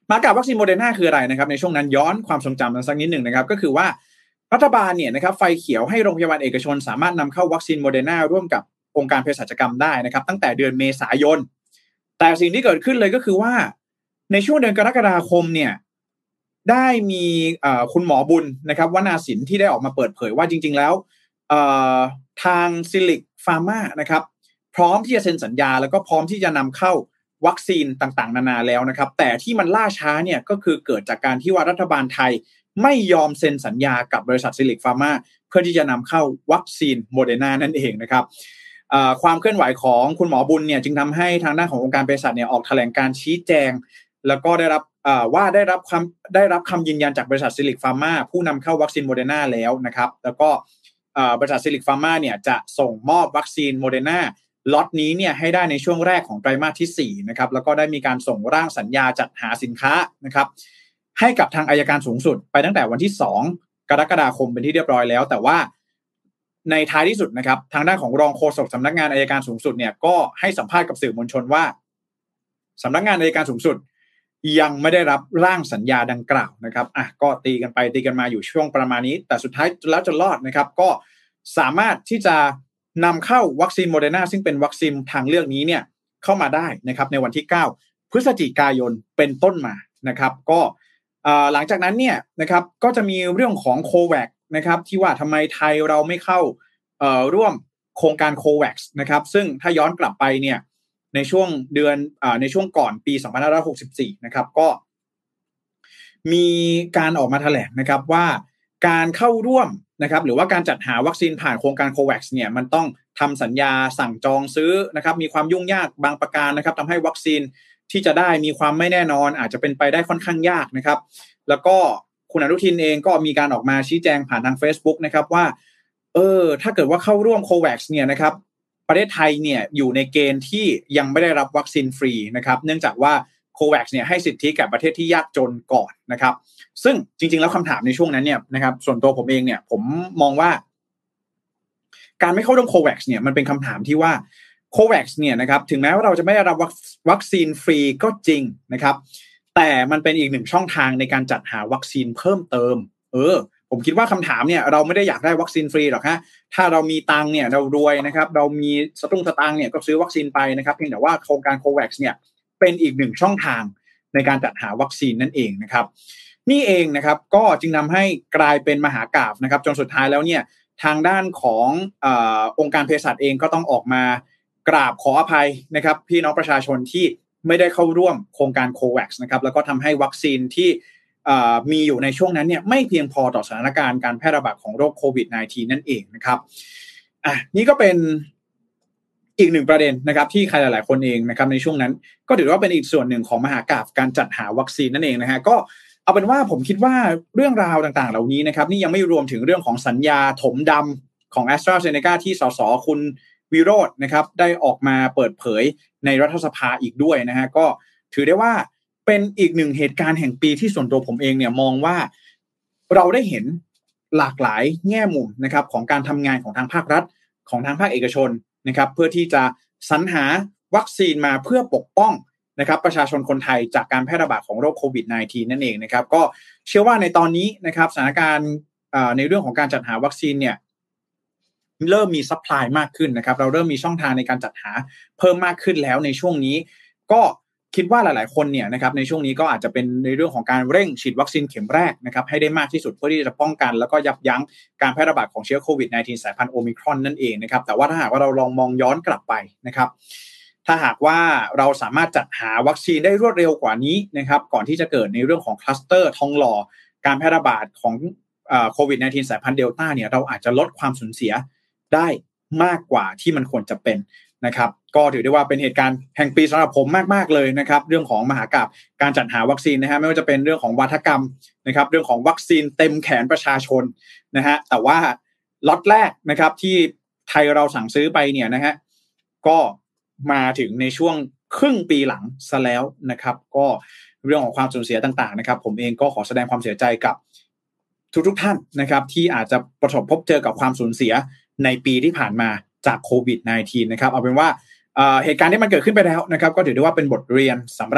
มหากาพย์วัคซีนโมเดอร์นาคืออะไรนะครับในช่วงนั้นย้อนความทรงจำกันสักนิดหนึ่งนะครับก็คือว่ารัฐบาลเนี่ยนะครับไฟเขียวให้โรงพยาบาลเอกชนสามารถนำเข้าวัคซีนโมเดอร์นาร่วมกับองค์การเภสัชกรรมได้นะครับตั้งแต่เดือนเมษายนแต่สิ่งที่เกิดขึ้นเลยก็คือว่าในช่วงเดือนกรกฎาคมเนี่ยได้มีคุณหมอบุญนะครับวนาสินที่ได้ออกมาเปิดเผยว่าจริงๆแล้วทางซิลิกฟาร์มานะครับพร้อมที่จะเซ็นสัญญาแล้วก็พร้อมที่จะนำเข้าวัคซีนต่างๆนานาแล้วนะครับแต่ที่มันล่าช้าเนี่ยก็คือเกิดจากการที่ว่ารัฐบาลไทยไม่ยอมเซ็นสัญญากับบริษัทซิลิกฟาร์มาเพื่อที่จะนำเข้าวัคซีนโมเดอร์นานั่นเองนะครับความเคลื่อนไหวของคุณหมอบุญเนี่ยจึงทำให้ทางด้านขององค์การเภสัชเนี่ยออกแถลงการชี้แจงแล้วก็ได้รับว่าได้รับคำได้รับคำยืนยันจากบริษัทซิลิกฟาร์มาผู้นำเข้าวัคซีนโมเดอร์นาแล้วนะครับแล้วก็บริษัทซิลิกฟาร์มาเนี่ยจะส่งมอบวัคซีนโมเดอร์นาล็อตนี้เนี่ยให้ได้ในช่วงแรกของไตรมาสที่สี่นะครับแล้วก็ได้มีการส่งร่างสัญญาจัดหาสินค้านะครับให้กับทางอัยการสูงสุดไปตั้งแต่วันที่สองกรกฎาคมเป็นที่เรียบร้อยแล้วแต่ว่าในท้ายที่สุดนะครับทางด้านของรองโฆษกสำนักงานอัยการสูงสุดเนี่ยก็ให้สัมภาษณ์กับสื่อมวลชนว่าสำนักงานอัยการสูงสุดยังไม่ได้รับร่างสัญญาดังกล่าวนะครับอ่ะก็ตีกันไปตีกันมาอยู่ช่วงประมาณนี้แต่สุดท้ายแล้วจะรอดนะครับก็สามารถที่จะนำเข้าวัคซีนโมเดอร์นาซึ่งเป็นวัคซีนทางเลือกนี้เนี่ยเข้ามาได้นะครับในวันที่เก้าพฤศจิกายนเป็นต้นมานะครับก็หลังจากนั้นเนี่ยนะครับก็จะมีเรื่องของโคแวคนะครับที่ว่าทำไมไทยเราไม่เข้าร่วมโครงการโคแวคนะครับซึ่งถ้าย้อนกลับไปเนี่ยในช่วงเดือนในช่วงก่อนปีสองพันห้าร้อยหกสิบสี่นะครับก็มีการออกมาแถลงนะครับว่าการเข้าร่วมนะครับหรือว่าการจัดหาวัคซีนผ่านโครงการโคแวคเนี่ยมันต้องทำสัญญาสั่งจองซื้อนะครับมีความยุ่งยากบางประการนะครับทำให้วัคซีนที่จะได้มีความไม่แน่นอนอาจจะเป็นไปได้ค่อนข้างยากนะครับแล้วก็คุณอนุทินเองก็มีการออกมาชี้แจงผ่านทาง Facebook นะครับว่าเออถ้าเกิดว่าเข้าร่วมโคแวคเนี่ยนะครับประเทศไทยเนี่ยอยู่ในเกณฑ์ที่ยังไม่ได้รับวัคซีนฟรีนะครับเนื่องจากว่าโคแวคเนี่ยให้สิทธิแก่ประเทศที่ยากจนก่อนนะครับซึ่งจริงๆแล้วคำถามในช่วงนั้นเนี่ยนะครับส่วนตัวผมเองเนี่ยผมมองว่าการไม่เข้าร่วมโคแวคเนี่ยมันเป็นคำถามที่ว่าโคแวคเนี่ยนะครับถึงแม้ว่าเราจะไม่ได้รับวัคซีนฟรีก็จริงนะครับแต่มันเป็นอีกหนึ่งช่องทางในการจัดหาวัคซีนเพิ่มเติมเออผมคิดว่าคำถามเนี่ยเราไม่ได้อยากได้วัคซีนฟรีหรอกฮะถ้าเรามีตังเนี่ยเรารวยนะครับเรามีสตุ้งสตางค์เนี่ยก็ซื้อวัคซีนไปนะครับเพียงแต่ว่าโครงการโคแวคเนี่ยเป็นอีกหนึ่งช่องทางในการจัดหาวัคซีนนั่นเองนะครับนี่เองนะครับก็จึงนำให้กลายเป็นมหากาพย์นะครับจนสุดท้ายแล้วเนี่ยทางด้านของเอ่อองค์การเภสัชเองก็ต้องออกมากราบขออภัยนะครับพี่น้องประชาชนที่ไม่ได้เข้าร่วมโครงการโคแวคนะครับแล้วก็ทำให้วัคซีนที่มีอยู่ในช่วงนั้นเนี่ยไม่เพียงพอต่อสถานการณ์การแพร่ระบาดของโรคโควิด สิบเก้า นั่นเองนะครับอ่ะนี่ก็เป็นอีกหนึ่งประเด็นนะครับที่ใครหลายๆคนเองนะครับในช่วงนั้นก็ถือว่าเป็นอีกส่วนหนึ่งของมหากาพย์การจัดหาวัคซีนนั่นเองนะฮะก็เอาเป็นว่าผมคิดว่าเรื่องราวต่างๆเหล่านี้นะครับนี่ยังไม่รวมถึงเรื่องของสัญญาถมดำของ AstraZeneca ที่สสคุณวิโรจน์นะครับได้ออกมาเปิดเผยในรัฐสภาอีกด้วยนะฮะก็ถือได้ว่าเป็นอีกหนึ่งเหตุการณ์แห่งปีที่ส่วนตัวผมเองเนี่ยมองว่าเราได้เห็นหลากหลายแง่มุมนะครับของการทำงานของทางภาครัฐของทางภาคเอกชนนะครับเพื่อที่จะสรรหาวัคซีนมาเพื่อปกป้องนะครับประชาชนคนไทยจากการแพร่ระบาดของโรคโควิด สิบเก้า นั่นเองนะครับก็เชื่อว่าในตอนนี้นะครับสถานการณ์ในเรื่องของการจัดหาวัคซีนเนี่ยเริ่มมีซัพพลายมากขึ้นนะครับเราเริ่มมีช่องทางในการจัดหาเพิ่มมากขึ้นแล้วในช่วงนี้ก็คิดว่าหลายๆคนเนี่ยนะครับในช่วงนี้ก็อาจจะเป็นในเรื่องของการเร่งฉีดวัคซีนเข็มแรกนะครับให้ได้มากที่สุดเพื่อที่จะป้องกันแล้วก็ยับยั้งการแพร่ระบาดของเชื้อโควิด สิบเก้า สายพันธุ์โอมิครอนนั่นเองนะครับแต่ว่าถ้าหากว่าเราลองมองย้อนกลับไปนะครับถ้าหากว่าเราสามารถจัดหาวัคซีนได้รวดเร็วกว่านี้นะครับก่อนที่จะเกิดในเรื่องของคลัสเตอร์ทองหล่อการแพร่ระบาดของโควิด สิบเก้า สายพันธุ์เดลต้าเนี่ยเราอาจจะลดความสูญเสียได้มากกว่าที่มันควรจะเป็นนะครับก็ถือได้ว่าเป็นเหตุการณ์แห่งปีสำหรับผมมากๆเลยนะครับเรื่องของมหากาพย์การจัดหาวัคซีนนะฮะไม่ว่าจะเป็นเรื่องของวาทกรรมนะครับเรื่องของวัคซีนเต็มแขนประชาชนนะฮะแต่ว่าล็อตแรกนะครับที่ไทยเราสั่งซื้อไปเนี่ยนะฮะก็มาถึงในช่วงครึ่งปีหลังซะแล้วนะครับก็เรื่องของความสูญเสียต่างๆนะครับผมเองก็ขอแสดงความเสียใจกับทุกๆท่านนะครับที่อาจจะประสบพบเจอกับความสูญเสียในปีที่ผ่านมาจากโควิด สิบเก้า นะครับเอาเป็นว่าเหตุการณ์ที่มันเกิดขึ้นไปแล้วนะครับก็ถือได้ว่าเป็นบทเรียนสำหรับ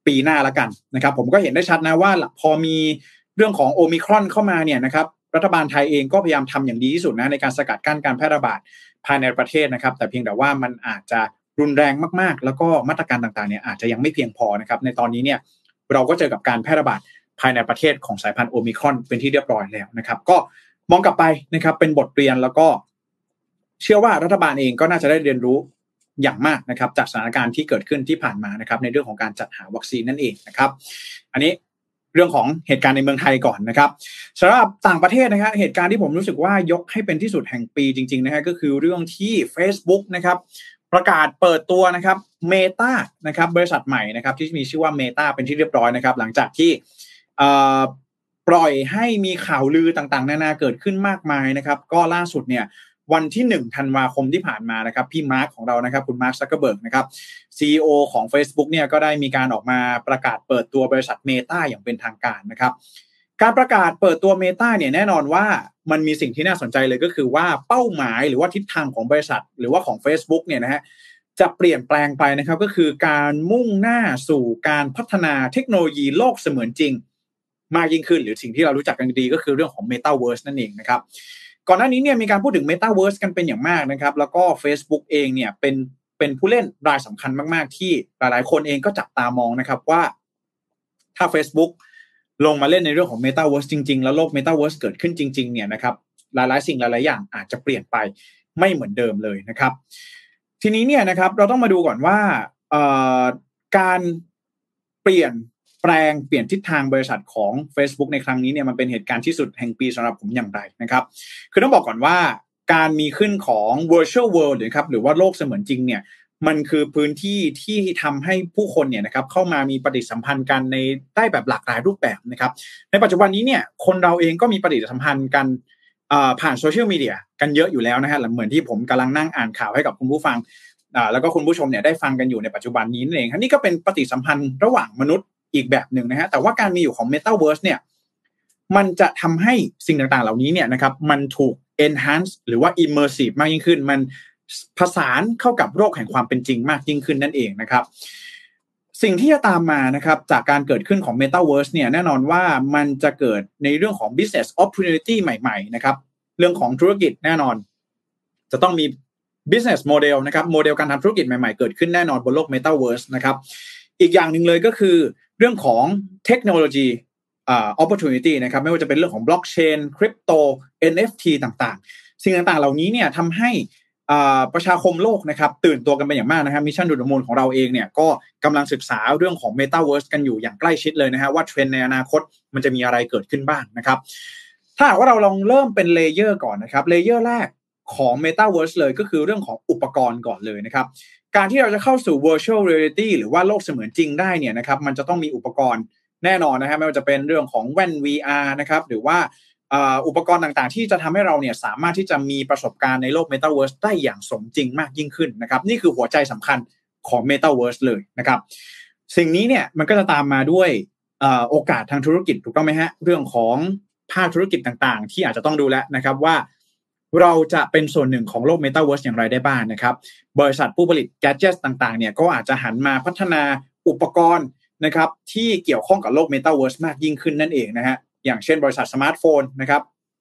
ปีหน้าละกันนะครับผมก็เห็นได้ชัดนะว่าพอมีเรื่องของโอมิครอนเข้ามาเนี่ยนะครับรัฐบาลไทยเองก็พยายามทำอย่างดีที่สุดนะในการสกัดกั้นการแพร่ระบาดภายในประเทศนะครับแต่เพียงแต่ว่ามันอาจจะรุนแรงมากๆแล้วก็มาตรการต่างๆเนี่ยอาจจะยังไม่เพียงพอนะครับในตอนนี้เนี่ยเราก็เจอกับการแพร่ระบาดภายในประเทศของสายพันธุ์โอมิครอนเป็นที่เรียบร้อยแล้วนะครับก็มองกลับไปนะครับเป็นบทเรียนแล้วก็เชื่อว่ารัฐบาลเองก็น่าจะได้เรียนรู้อย่างมากนะครับจากสถานการณ์ที่เกิดขึ้นที่ผ่านมานะครับในเรื่องของการจัดหาวัคซีนนั่นเองนะครับอันนี้เรื่องของเหตุการณ์ในเมืองไทยก่อนนะครับสำหรับต่างประเทศนะครับเหตุการณ์ที่ผมรู้สึกว่ายกให้เป็นที่สุดแห่งปีจริงๆนะฮะก็คือเรื่องที่ Facebook นะครับประกาศเปิดตัวนะครับ Meta นะครับบริษัทใหม่นะครับที่มีชื่อว่า Meta เป็นที่เรียบร้อยนะครับหลังจากที่เอ่อปล่อยให้มีข่าวลือต่างๆนานาเกิดขึ้นมากมายนะครับก็ล่าสุดเนี่ยวันที่หนึ่งธันวาคมที่ผ่านมานะครับพี่มาร์คของเรานะครับคุณมาร์คซักเคอร์เบิร์กนะครับ ซี อี โอ ของ Facebook เนี่ยก็ได้มีการออกมาประกาศเปิดตัวบริษัท Meta อย่างเป็นทางการนะครับการประกาศเปิดตัว Meta เนี่ยแน่นอนว่ามันมีสิ่งที่น่าสนใจเลยก็คือว่าเป้าหมายหรือว่าทิศทางของบริษัทหรือว่าของ Facebook เนี่ยนะฮะจะเปลี่ยนแปลงไปนะครับก็คือการมุ่งหน้าสู่การพัฒนาเทคโนโลยีโลกเสมือนจริงมากยิ่งขึ้นหรือสิ่งที่เรารู้จักกันดีก็คือเรื่องของ Metaverse นั่นเองนะครับก่อนหน้านี้เนี่ยมีการพูดถึง Metaverse กันเป็นอย่างมากนะครับแล้วก็ Facebook เองเนี่ยเป็นเป็นผู้เล่นรายสำคัญมากๆที่หลายๆคนเองก็จับตามองนะครับว่าถ้า Facebook ลงมาเล่นในเรื่องของ Metaverse จริงๆแล้วโลก Metaverse เกิดขึ้นจริงๆเนี่ยนะครับหลายๆสิ่งหลายๆอย่างอาจจะเปลี่ยนไปไม่เหมือนเดิมเลยนะครับทีนี้เนี่ยนะครับเราต้องมาดูก่อนว่าเอ่อการเปลี่ยนแปลงเปลี่ยนทิศทางบริษัทของ Facebook ในครั้งนี้เนี่ยมันเป็นเหตุการณ์ที่สุดแห่งปีสำหรับผมอย่างไรนะครับคือต้องบอกก่อนว่าการมีขึ้นของ virtual world หรือครับหรือว่าโลกเสมือนจริงเนี่ยมันคือพื้นที่ที่ทำให้ผู้คนเนี่ยนะครับเข้ามามีปฏิสัมพันธ์กันในได้แบบหลากหลายรูปแบบนะครับในปัจจุบันนี้เนี่ยคนเราเองก็มีปฏิสัมพันธ์กันผ่านโซเชียลมีเดียกันเยอะอยู่แล้วนะฮะเหมือนที่ผมกำลังนั่งอ่านข่าวให้กับคุณผู้ฟังแล้วก็คุณผู้ชมเนี่ยได้ฟังกันอยู่ในปัจจุบันนี้นั่นเองนี่ก็เป็นปฏิสัมพันธ์ระหว่างมนุษย์อีกแบบหนึ่งนะฮะแต่ว่าการมีอยู่ของ Metaverse เนี่ยมันจะทำให้สิ่งต่างๆเหล่านี้เนี่ยนะครับมันถูก enhance หรือว่า immersive มากยิ่งขึ้นมันผสานเข้ากับโลกแห่งความเป็นจริงมากยิ่งขึ้นนั่นเองนะครับสิ่งที่จะตามมานะครับจากการเกิดขึ้นของ Metaverse เนี่ยแน่นอนว่ามันจะเกิดในเรื่องของ business opportunity ใหม่ๆนะครับเรื่องของธุรกิจแน่นอนจะต้องมี business model นะครับโมเดลการทำธุรกิจใหม่ๆเกิดขึ้นแน่นอนบนโลก Metaverse นะครับอีกอย่างหนึ่งเลยก็คือเรื่องของเทคโนโลยีอ่า opportunity นะครับไม่ว่าจะเป็นเรื่องของ blockchain crypto เอ็น เอฟ ที ต่างๆสิ่งต่างๆเหล่านี้เนี่ยทำให้อ่าประชาคมโลกนะครับตื่นตัวกันเป็นอย่างมากนะครับมิชชั่นดูดมูลของเราเองเนี่ยก็กำลังศึกษาเรื่องของ Metaverse กันอยู่อย่างใกล้ชิดเลยนะฮะว่าเทรนด์ในอนาคตมันจะมีอะไรเกิดขึ้นบ้างนะครับถ้าหากว่าเราลองเริ่มเป็นเลเยอร์ก่อนนะครับเลเยอร์แรกของ Metaverse เลยก็คือเรื่องของอุปกรณ์ก่อนเลยนะครับการที่เราจะเข้าสู่ virtual reality หรือว่าโลกเสมือนจริงได้เนี่ยนะครับมันจะต้องมีอุปกรณ์แน่นอนนะฮะไม่ว่าจะเป็นเรื่องของแว่น วี อาร์ นะครับหรือว่าอุปกรณ์ต่างๆที่จะทำให้เราเนี่ยสามารถที่จะมีประสบการณ์ในโลก Metaverse ได้อย่างสมจริงมากยิ่งขึ้นนะครับนี่คือหัวใจสำคัญของ Metaverse เลยนะครับสิ่งนี้เนี่ยมันก็จะตามมาด้วยโอกาสทางธุรกิจถูกต้องไหมฮะเรื่องของภาคธุรกิจต่างๆที่อาจจะต้องดูแลนะครับว่าเราจะเป็นส่วนหนึ่งของโลก Metaverse อย่างไรได้บ้างนะครับบริษัทผู้ผลิตแกดเจ็ตต่างๆเนี่ยก็อาจจะหันมาพัฒนาอุปกรณ์นะครับที่เกี่ยวข้องกับโลก Metaverse มากยิ่งขึ้นนั่นเองนะฮะอย่างเช่นบริษัทสมาร์ทโฟนนะครับ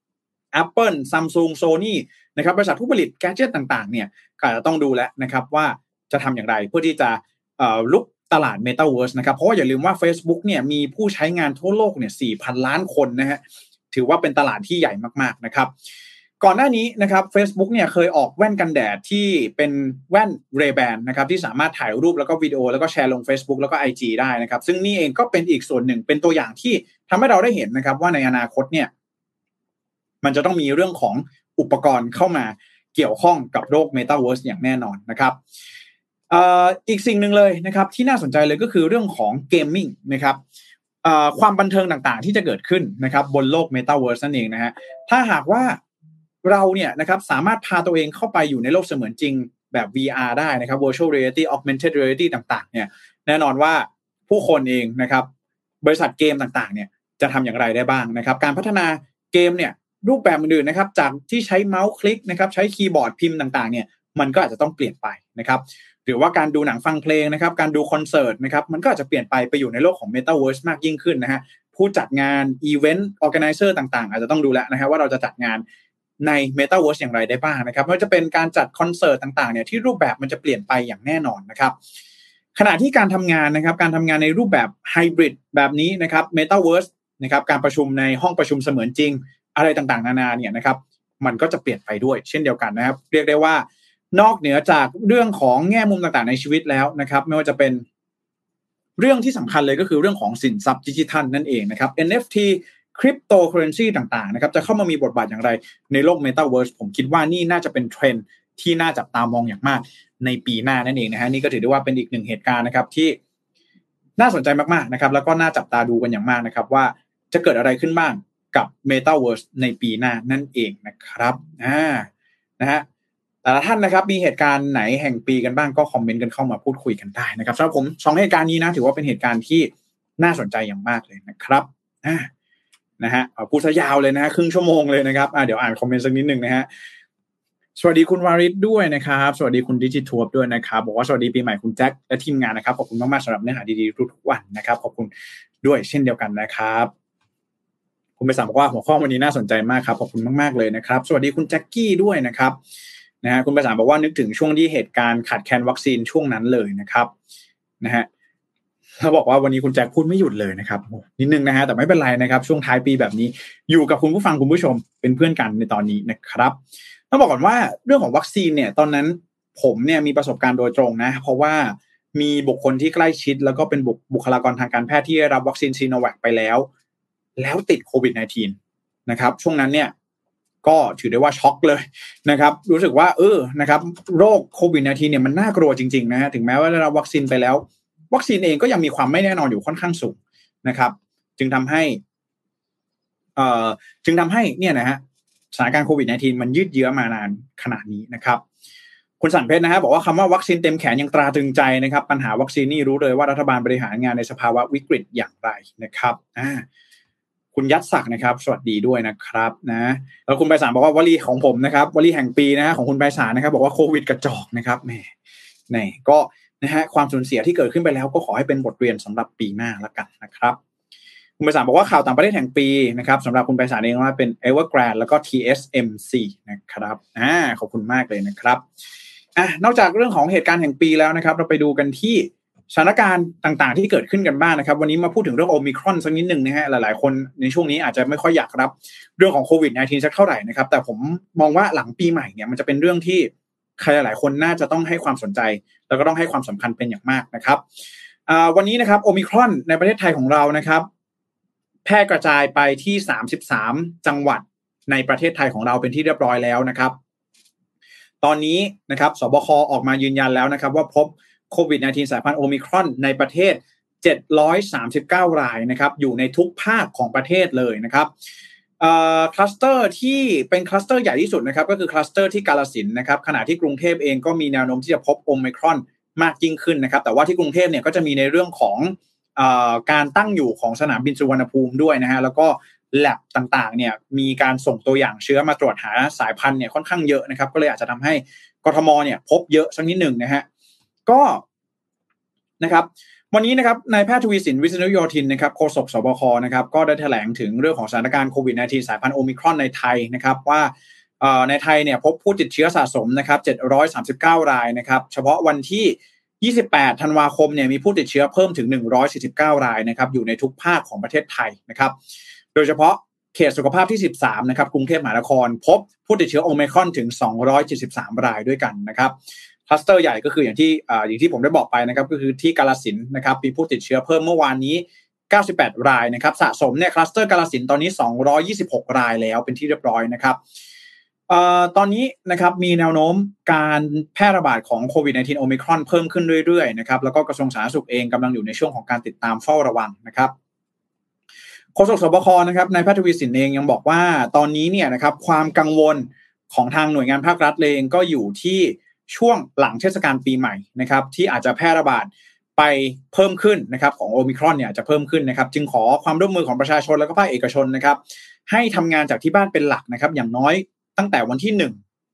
Apple Samsung Sony นะครับบริษัทผู้ผลิตแกดเจ็ตต่างๆเนี่ยก็อาจจะต้องดูแลนะครับว่าจะทำอย่างไรเพื่อที่จะเอ่อลุกตลาด Metaverse นะครับเพราะว่าอย่าลืมว่า Facebook เนี่ยมีผู้ใช้งานทั่วโลกเนี่ย สี่พัน ล้านคนนะฮะถือว่าเป็นตลาดที่ใหญ่มากๆนะครับก่อนหน้านี้นะครับ Facebook เนี่ยเคยออกแว่นกันแดดที่เป็นแว่น Ray-Ban นะครับที่สามารถถ่ายรูปแล้วก็วิดีโอแล้วก็แชร์ลง Facebook แล้วก็ ไอ จี ได้นะครับซึ่งนี่เองก็เป็นอีกส่วนหนึ่งเป็นตัวอย่างที่ทำให้เราได้เห็นนะครับว่าในอนาคตเนี่ยมันจะต้องมีเรื่องของอุปกรณ์เข้ามาเกี่ยวข้องกับโลก Metaverse อย่างแน่นอนนะครับเอ่ออีกสิ่งหนึ่งเลยนะครับที่น่าสนใจเลยก็คือเรื่องของเกมมิ่งนะครับเอ่อความบันเทิงต่างๆที่จะเกิดขึ้นนะครับบนโลก Metaverse นั่นเองนะฮะถ้าหากว่าเราเนี่ยนะครับสามารถพาตัวเองเข้าไปอยู่ในโลกเสมือนจริงแบบ วี อาร์ ได้นะครับ virtual reality augmented reality ต่างๆเนี่ยแน่นอนว่าผู้คนเองนะครับบริษัทเกมต่างๆเนี่ยจะทำอย่างไรได้บ้างนะครับการพัฒนาเกมเนี่ยรูปแบบอื่นๆนะครับจากที่ใช้เมาส์คลิกนะครับใช้คีย์บอร์ดพิมพ์ต่างๆเนี่ยมันก็อาจจะต้องเปลี่ยนไปนะครับหรือว่าการดูหนังฟังเพลงนะครับการดูคอนเสิร์ตนะครับมันก็อาจจะเปลี่ยนไปไปอยู่ในโลกของ Metaverse มากยิ่งขึ้นนะฮะผู้จัดงานอีเวนต์ออร์แกไนเซอร์ต่างๆอาจจะต้องดูแลนะฮะว่าเราจะจัดงานใน Metaverse อย่างไรได้บ้างนะครับไม่ว่าจะเป็นการจัดคอนเสิร์ตต่างๆเนี่ยที่รูปแบบมันจะเปลี่ยนไปอย่างแน่นอนนะครับขณะที่การทำงานนะครับการทำงานในรูปแบบไฮบริดแบบนี้นะครับ Metaverse นะครับการประชุมในห้องประชุมเสมือนจริงอะไรต่างๆนานาเนี่ยนะครับมันก็จะเปลี่ยนไปด้วยเช่นเดียวกันนะครับเรียกได้ว่านอกเหนือจากเรื่องของแง่มุมต่างๆในชีวิตแล้วนะครับไม่ว่าจะเป็นเรื่องที่สำคัญเลยก็คือเรื่องของสินทรัพย์ดิจิทัลนั่นเองนะครับ เอ็น เอฟ ที Cryptocurrency ต่างๆนะครับจะเข้ามามีบทบาทอย่างไรในโลก Metaverse ผมคิดว่านี่น่าจะเป็นเทรนด์ที่น่าจับตามองอย่างมากในปีหน้านั่นเองนะฮะนี่ก็ถือได้ว่าเป็นอีกหนึ่งเหตุการณ์นะครับที่น่าสนใจมากๆนะครับแล้วก็น่าจับตาดูกันอย่างมากนะครับว่าจะเกิดอะไรขึ้นบ้างกับ Metaverse ในปีหน้านั่นเองนะครับอ่านะฮะแต่ละท่านนะครับมีเหตุการณ์ไหนแห่งปีกันบ้างก็คอมเมนต์กันเข้ามาพูดคุยกันได้นะครับสำหรับผมสองเหตุการณ์นี้นะถือว่าเป็นเหตุการณ์ที่น่าสนใจอย่างมากเลยนะครับอ่านะฮะพูดซะยาวเลยนะฮะครึ่งชั่วโมงเลยนะครับอ่าเดี๋ยวอ่านคอมเมนต์สักนิดนึงนะฮะสวัสดีคุณวาริศด้วยนะครับสวัสดีคุณดิจิทัวร์ด้วยนะครับบอกว่าสวัสดีปีใหม่คุณแจ็คและทีมงานนะครับขอบคุณมากๆสำหรับเนื้อหาดีๆทุกๆวันนะครับขอบคุณด้วยเช่นเดียวกันนะครับคุณไปสามบอกว่าหัวข้อวันนี้น่าสนใจมากครับขอบคุณมากๆเลยนะครับสวัสดีคุณแจ็คกี้ด้วยนะครับนะฮะคุณไปสามบอกว่านึกถึงช่วงที่เหตุการณ์ขาดแคลนวัคซีนช่วงนั้นเลยนะครับนะฮะเขาบอกว่าวันนี้คุณแจ็คพูดไม่หยุดเลยนะครับนิดนึงนะฮะแต่ไม่เป็นไรนะครับช่วงท้ายปีแบบนี้อยู่กับคุณผู้ฟังคุณผู้ชมเป็นเพื่อนกันในตอนนี้นะครับต้องบอกก่อนว่าเรื่องของวัคซีนเนี่ยตอนนั้นผมเนี่ยมีประสบการณ์โดยตรงนะเพราะว่ามีบุคคลที่ใกล้ชิดแล้วก็เป็นบุคลากรทางการแพทย์ที่ได้รับวัคซีนซีโนแวคไปแล้วแล้วติดโควิด สิบเก้า นะครับช่วงนั้นเนี่ยก็ถือได้ว่าช็อกเลยนะครับรู้สึกว่าเออนะครับโรคโควิด สิบเก้า เนี่ยมันน่ากลัวจริงๆนะฮะถึงแม้ว่าได้รับวัคซีนไปแล้ววัคซีนเองก็ยังมีความไม่แน่นอนอยู่ค่อนข้างสูงนะครับจึงทำให้เอ่อจึงทำให้เนี่ยนะฮะสถานการณ์โควิด สิบเก้า มันยืดเยื้อมานานขนาดนี้นะครับคุณสันเพชรนะฮะบอกว่าคำว่าวัคซีนเต็มแขนยังตราตรึงใจนะครับปัญหาวัคซีนนี่รู้เลยว่ารัฐบาลบริหารงานในสภาวะวิกฤตอย่างไรนะครับอ่าคุณยัดศักดิ์นะครับสวัสดีด้วยนะครับนะแล้วคุณไพศาลบอกว่าวลีของผมนะครับวลีแห่งปีนะฮะของคุณไพศาลนะครับบอกว่าโควิดกระจอกนะครับแหมนี่ก็นะฮะความสูญเสียที่เกิดขึ้นไปแล้วก็ขอให้เป็นบทเรียนสำหรับปีหน้าละกันนะครับคุณไพศาลบอกว่าข่าวต่างประเทศแห่งปีนะครับสำหรับคุณไพศาลเองว่าเป็น Evergrande แล้วก็ ที เอส เอ็ม ซี นะครับอ่าขอบคุณมากเลยนะครับอ่ะนอกจากเรื่องของเหตุการณ์แห่งปีแล้วนะครับเราไปดูกันที่สถานการณ์ต่างๆที่เกิดขึ้นกันบ้าง นะครับวันนี้มาพูดถึงเรื่องโอมิครอนสักนิดนึงนะฮะหลายๆคนในช่วงนี้อาจจะไม่ค่อยอยากรับเรื่องของโควิด สิบเก้า สักเท่าไหร่นะครับแต่ผมมองว่าหลังปีใหม่เนี่ยมันจะเป็นเรื่องที่ใครหลายๆคนน่าจะต้องให้ความสนใจแล้วก็ต้องให้ความสำคัญเป็นอย่างมากนะครับวันนี้นะครับโอมิครอนในประเทศไทยของเรานะครับแพร่กระจายไปที่สามสิบสามจังหวัดในประเทศไทยของเราเป็นที่เรียบร้อยแล้วนะครับตอนนี้นะครับสบคออกมายืนยันแล้วนะครับว่าพบโควิด สิบเก้า สายพันธุ์โอมิครอนในประเทศเจ็ดร้อยสามสิบเก้ารายนะครับอยู่ในทุกภาคของประเทศเลยนะครับเอ่อคลัสเตอร์ที่เป็นคลัสเตอร์ใหญ่ที่สุดนะครับก็คือคลัสเตอร์ที่กาฬสินธุ์นะครับขณะที่กรุงเทพเองก็มีแนวโน้มที่จะพบโอมิครอนมากยิ่งขึ้นนะครับแต่ว่าที่กรุงเทพเนี่ยก็จะมีในเรื่องของเอ่อการตั้งอยู่ของสนามบินสุวรรณภูมิด้วยนะฮะแล้วก็แลบต่างๆเนี่ยมีการส่งตัวอย่างเชื้อมาตรวจหาสายพันธุ์เนี่ยค่อนข้างเยอะนะครับก็เลยอาจจะทำให้กทมเนี่ยพบเยอะสักนิดหนึ่งนะฮะก็นะครับวันนี้นะครับนายแพทย์ทวีสินวิษณุโยธินนะครับโฆษกสบคนะครับก็ได้แถลงถึงเรื่องของสถานการณ์โควิด สิบเก้า สายพันธุ์โอมิครอนในไทยนะครับว่าในไทยเนี่ยพบผู้ติดเชื้อสะสมนะครับเจ็ดร้อยสามสิบเก้ารายนะครับเฉพาะวันที่ยี่สิบแปดธันวาคมเนี่ยมีผู้ติดเชื้อเพิ่มถึงหนึ่งร้อยสี่สิบเก้ารายนะครับอยู่ในทุกภาคของประเทศไทยนะครับโดยเฉพาะเขตสุขภาพที่สิบสามนะครับกรุงเทพมหานครพบผู้ติดเชื้อโอมิครอนถึงสองร้อยเจ็ดสิบสามรายด้วยกันนะครับคลัสเตอร์ใหญ่ก็คืออย่างที่อ่าอย่างที่ผมได้บอกไปนะครับก็คือที่กาฬสินธุ์นะครับมีผู้ติดเชื้อเพิ่มเมื่อวานนี้เก้าสิบแปดรายนะครับสะสมเนี่ยคลัสเตอร์กาฬสินธุ์ตอนนี้สองร้อยยี่สิบหกรายแล้วเป็นที่เรียบร้อยนะครับเอ่อตอนนี้นะครับมีแนวโน้มการแพร่ระบาดของโควิด สิบเก้า โอมิครอนเพิ่มขึ้นเรื่อยๆนะครับแล้วก็กระทรวงสาธารณสุขเองกำลังอยู่ในช่วงของการติดตามเฝ้าระวังนะครับโฆษกสบคนะครับนายแพทย์ทวีสินเองยังบอกว่าตอนนี้เนี่ยนะครับความกังวลของทางหน่วยงานภาครัฐเองก็อยู่ที่ช่วงหลังเทศกาลปีใหม่นะครับที่อาจจะแพร่ระบาดไปเพิ่มขึ้นนะครับของโอมิครอนเนี่ยจะเพิ่มขึ้นนะครับจึงขอความร่วมมือของประชาชนและก็ภาคเอกชนนะครับให้ทำงานจากที่บ้านเป็นหลักนะครับอย่างน้อยตั้งแต่วันที่หนึ่ง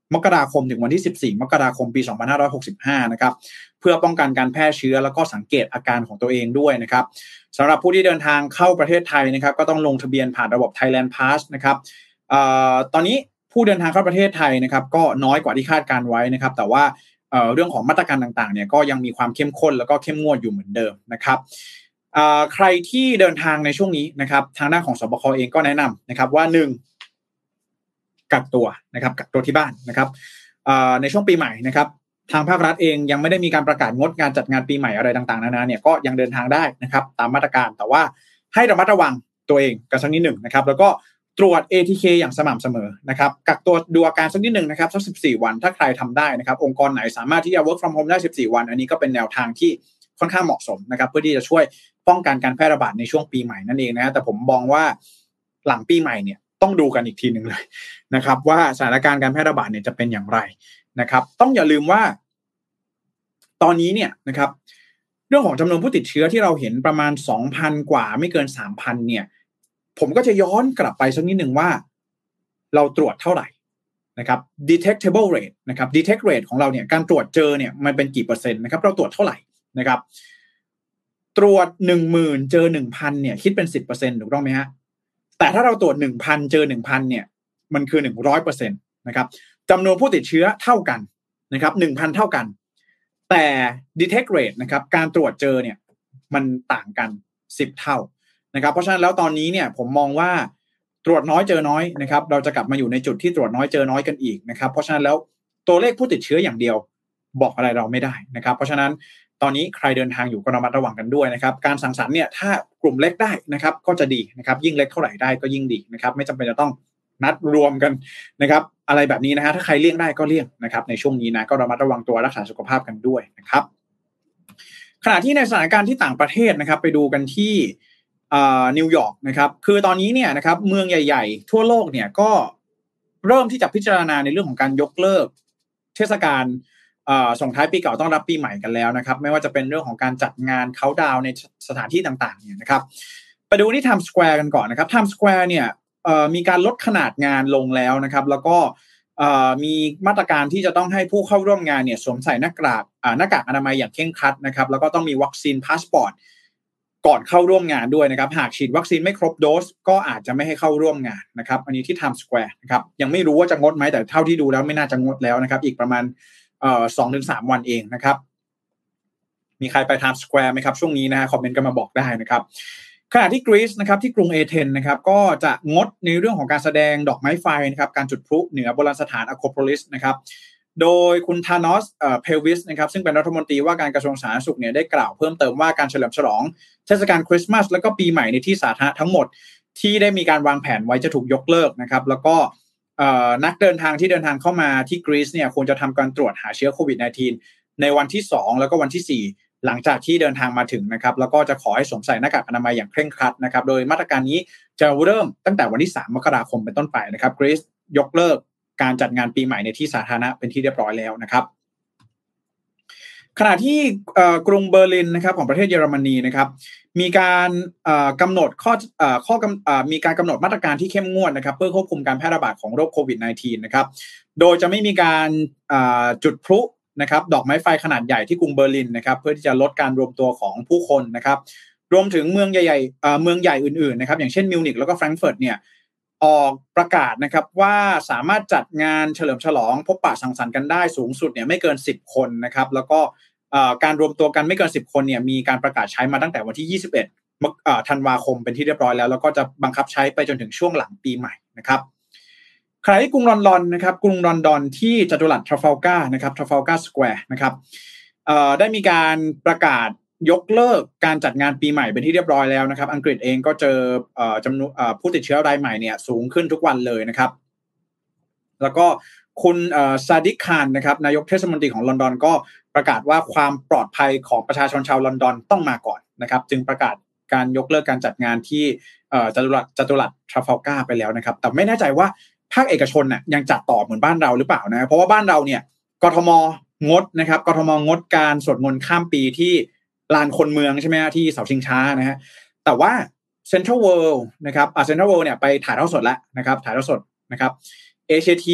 มกราคมถึงวันที่สิบสี่มกราคมปีสองพันห้าร้อยหกสิบห้านะครับเพื่อป้องกันการแพร่เชื้อแล้วก็สังเกตอาการของตัวเองด้วยนะครับสำหรับผู้ที่เดินทางเข้าประเทศไทยนะครับก็ต้องลงทะเบียนผ่านระบบ Thailand Pass นะครับเอ่อตอนนี้ผู้เดินทางเข้าประเทศไทยนะครับก็น้อยกว่าที่คาดการไว้นะครับแต่ว่าเอ่อเรื่องของมาตรการต่างๆเนี่ยก็ยังมีความเข้มข้นแล้วก็เข้มงวดอยู่เหมือนเดิมนะครับเอ่อใครที่เดินทางในช่วงนี้นะครับทางด้านของสบคเองก็แนะนำนะครับว่าหนึ่งกักตัวนะครับกักตัวที่บ้านนะครับในช่วงปีใหม่นะครับทางภาครัฐเองยังไม่ได้มีการประกาศงดการจัดงานปีใหม่อะไรต่างๆนานาเนี่ยก็ยังเดินทางได้นะครับตามมาตรการแต่ว่าให้ระมัดระวังตัวเองกันสักนิดหนึ่งนะครับแล้วก็ตรวจ เอ ที เค อย่างสม่ำเสมอนะครับกักตัวดูอาการสักนิดหนึ่งนะครับสักสิบสี่วันถ้าใครทำได้นะครับองค์กรไหนสามารถที่จะ work from home ได้สิบสี่วันอันนี้ก็เป็นแนวทางที่ค่อนข้างเหมาะสมนะครับเพื่อที่จะช่วยป้องกันการแพร่ระบาดในช่วงปีใหม่นั่นเองนะแต่ผมมองว่าหลังปีใหม่เนี่ยต้องดูกันอีกทีนึงเลยนะครับว่าสถานการณ์การแพร่ระบาดเนี่ยจะเป็นอย่างไรนะครับต้องอย่าลืมว่าตอนนี้เนี่ยนะครับเรื่องของจำนวนผู้ติดเชื้อที่เราเห็นประมาณ สองพัน กว่าไม่เกิน สามพัน เนี่ยผมก็จะย้อนกลับไปสักนิดนึงว่าเราตรวจเท่าไหร่นะครับ detectable rate นะครับ detect rate ของเราเนี่ยการตรวจเจอเนี่ยมันเป็นกี่เปอร์เซ็นต์นะครับเราตรวจเท่าไหร่นะครับตรวจ หนึ่งหมื่น เจอ หนึ่งพัน เนี่ยคิดเป็น สิบเปอร์เซ็นต์ ถูกต้องไหมฮะแต่ถ้าเราตรวจ หนึ่งพัน เจอ หนึ่งพัน เนี่ยมันคือ หนึ่งร้อยเปอร์เซ็นต์ นะครับจำนวนผู้ติดเชื้อเท่ากันนะครับ หนึ่งพัน เท่ากันแต่ detect rate นะครับการตรวจเจอเนี่ยมันต่างกันสิบเท่านะครับเพราะฉะนั้นแล้วตอนนี้เนี่ยผมมองว่าตรวจน้อยเจอน้อยนะครับเราจะกลับมาอยู่ในจุดที่ตรวจน้อยเจอน้อยกันอีกนะครับเพราะฉะนั้นแล้วตัวเลขผู้ติดเชื้ออย่างเดียวบอกอะไรเราไม่ได้นะครับเพราะฉะนั้นตอนนี้ใครเดินทางอยู่ก็ระมัดระวังกันด้วยนะครับการสังสรรค์เนี่ยถ้ากลุ่มเล็กได้นะครับก็จะดีนะครับยิ่งเล็กเท่าไหร่ได้ก็ยิ่งดีนะครับไม่จำเป็นจะต้องนัดรวมกันนะครับอะไรแบบนี้นะฮะถ้าใครเลี่ยงได้ก็เลี่ยงนะครับในช่วงนี้นะก็ระมัดระวังตัวรักษาสุขภาพกันด้วยนะครับขณะที่ในสถานการณ์ที่ต่างประเทศนะครับไปดูกันที่นิวยอร์กนะครับคือตอนนี้เนี่ยนะครับเมืองใหญ่ๆทั่วโลกเนี่ยก็เริ่มที่จะพิจารณาในเรื่องของการยกเลิกเทศกาลส่งท้ายปีเก่าต้อนรับปีใหม่กันแล้วนะครับไม่ว่าจะเป็นเรื่องของการจัดงานเค้าท์ดาวน์ในสถานที่ต่างๆเนี่ยนะครับไปดูที่ไทม์สแควร์กันก่อนนะครับไทม์สแควร์เนี่ยมีการลดขนาดงานลงแล้วนะครับแล้วก็มีมาตรการที่จะต้องให้ผู้เข้าร่วมงานเนี่ยสวมใส่หน้ากากหน้ากากอนามัยอย่างเคร่งครัดนะครับแล้วก็ต้องมีวัคซีนพาสปอร์ตก่อนเข้าร่วมงานด้วยนะครับหากฉีดวัคซีนไม่ครบโดสก็อาจจะไม่ให้เข้าร่วมงานนะครับอันนี้ที่ไทม์สแควร์นะครับยังไม่รู้ว่าจะงดไหมแต่เท่าที่ดูแล้วไม่น่าจะงดแล้วนะครับอีกประมาณเอ่อ สองถึงสาม วันเองนะครับมีใครไปไทม์สแควร์ไหมครับช่วงนี้นะฮะคอมเมนต์กันมาบอกได้นะครับขณะที่กรีซนะครับที่กรุงเอเธนนะครับก็จะงดในเรื่องของการแสดงดอกไม้ไฟนะครับการจุดพลุเหนือโบราณสถานอะโครโพลิสนะครับโดยคุณธานอสเอ่อเพลวิสนะครับซึ่งเป็นรัฐมนตรีว่าการกระทรวงสาธารณสุขเนี่ยได้กล่าวเพิ่มเติมว่าการเฉลิมฉลองเทศกาลคริสต์มาสแล้วก็ปีใหม่ในที่สาธารณะทั้งหมดที่ได้มีการวางแผนไว้จะถูกยกเลิกนะครับแล้วก็นักเดินทางที่เดินทางเข้ามาที่กรีซเนี่ยควรจะทำการตรวจหาเชื้อโควิด สิบเก้า ในวันที่สองแล้วก็วันที่สี่หลังจากที่เดินทางมาถึงนะครับแล้วก็จะขอให้สวมใส่หน้ากากอนามัยอย่างเคร่งครัดนะครับโดยมาตรการนี้จะเริ่มตั้งแต่วันที่สามมกราคมเป็นต้นไปนะครับกรีซยกเลิกการจัดงานปีใหม่ในที่สาธารณะเป็นที่เรียบร้อยแล้วนะครับขณะที่กรุงเบอร์ลินนะครับของประเทศเยอรมนีนะครับมีการกำหนดข้อข้อมีการกำหนดมาตรการที่เข้มงวดนะครับเพื่อควบคุมการแพร่ระบาดของโรคโควิด สิบเก้า นะครับโดยจะไม่มีการจุดพลุนะครับดอกไม้ไฟขนาดใหญ่ที่กรุงเบอร์ลินนะครับเพื่อที่จะลดการรวมตัวของผู้คนนะครับรวมถึงเมืองใหญ่ๆเมืองใหญ่อื่นๆนะครับอย่างเช่นมิวนิกแล้วก็แฟรงก์เฟิร์ตเนี่ยออกประกาศนะครับว่าสามารถจัดงานเฉลิมฉลองพบปะสังสรรค์กันได้สูงสุดเนี่ยไม่เกินสิบคนนะครับแล้วก็การรวมตัวกันไม่เกินสิบคนเนี่ยมีการประกาศใช้มาตั้งแต่วันที่ยี่สิบเอ็ดธันวาคมเป็นที่เรียบร้อยแล้วแล้วก็จะบังคับใช้ไปจนถึงช่วงหลังปีใหม่นะครับขณะที่กรุงลอนดอนนะครับกรุงลอนดอนที่จัตุรัสทรัฟฟัลการ์นะครับทรัฟฟัลการ์สแควร์นะครับได้มีการประกาศยกเลิกการจัดงานปีใหม่เป็นที่เรียบร้อยแล้วนะครับอังกฤษเองก็เจอจำนวนผู้ติดเชื้อรายใหม่เนี่ยสูงขึ้นทุกวันเลยนะครับแล้วก็คุณซาดิกคานนะครับนายกเทศมนตรีของลอนดอนก็ประกาศว่าความปลอดภัยของประชาชนชาวลอนดอนต้องมาก่อนนะครับจึงประกาศการยกเลิกการจัดงานที่จัตุรัสจัตุรัสทรัฟฟัลการ์ไปแล้วนะครับแต่ไม่แน่ใจว่าภาคเอกชนน่ะยังจัดต่อเหมือนบ้านเราหรือเปล่านะเพราะว่าบ้านเราเนี่ยกทมงดนะครับกทมงดการสวดมนต์ข้ามปีที่ลานคนเมืองใช่ไหมฮะที่เสาชิงช้านะฮะแต่ว่าเซ็นทรัลเวิลด์นะครับอ่าเซ็นทรัลเวิลด์เนี่ยไปถ่ายทอดสดแล้วนะครับถ่ายทอดสดนะครับเอเชียทีค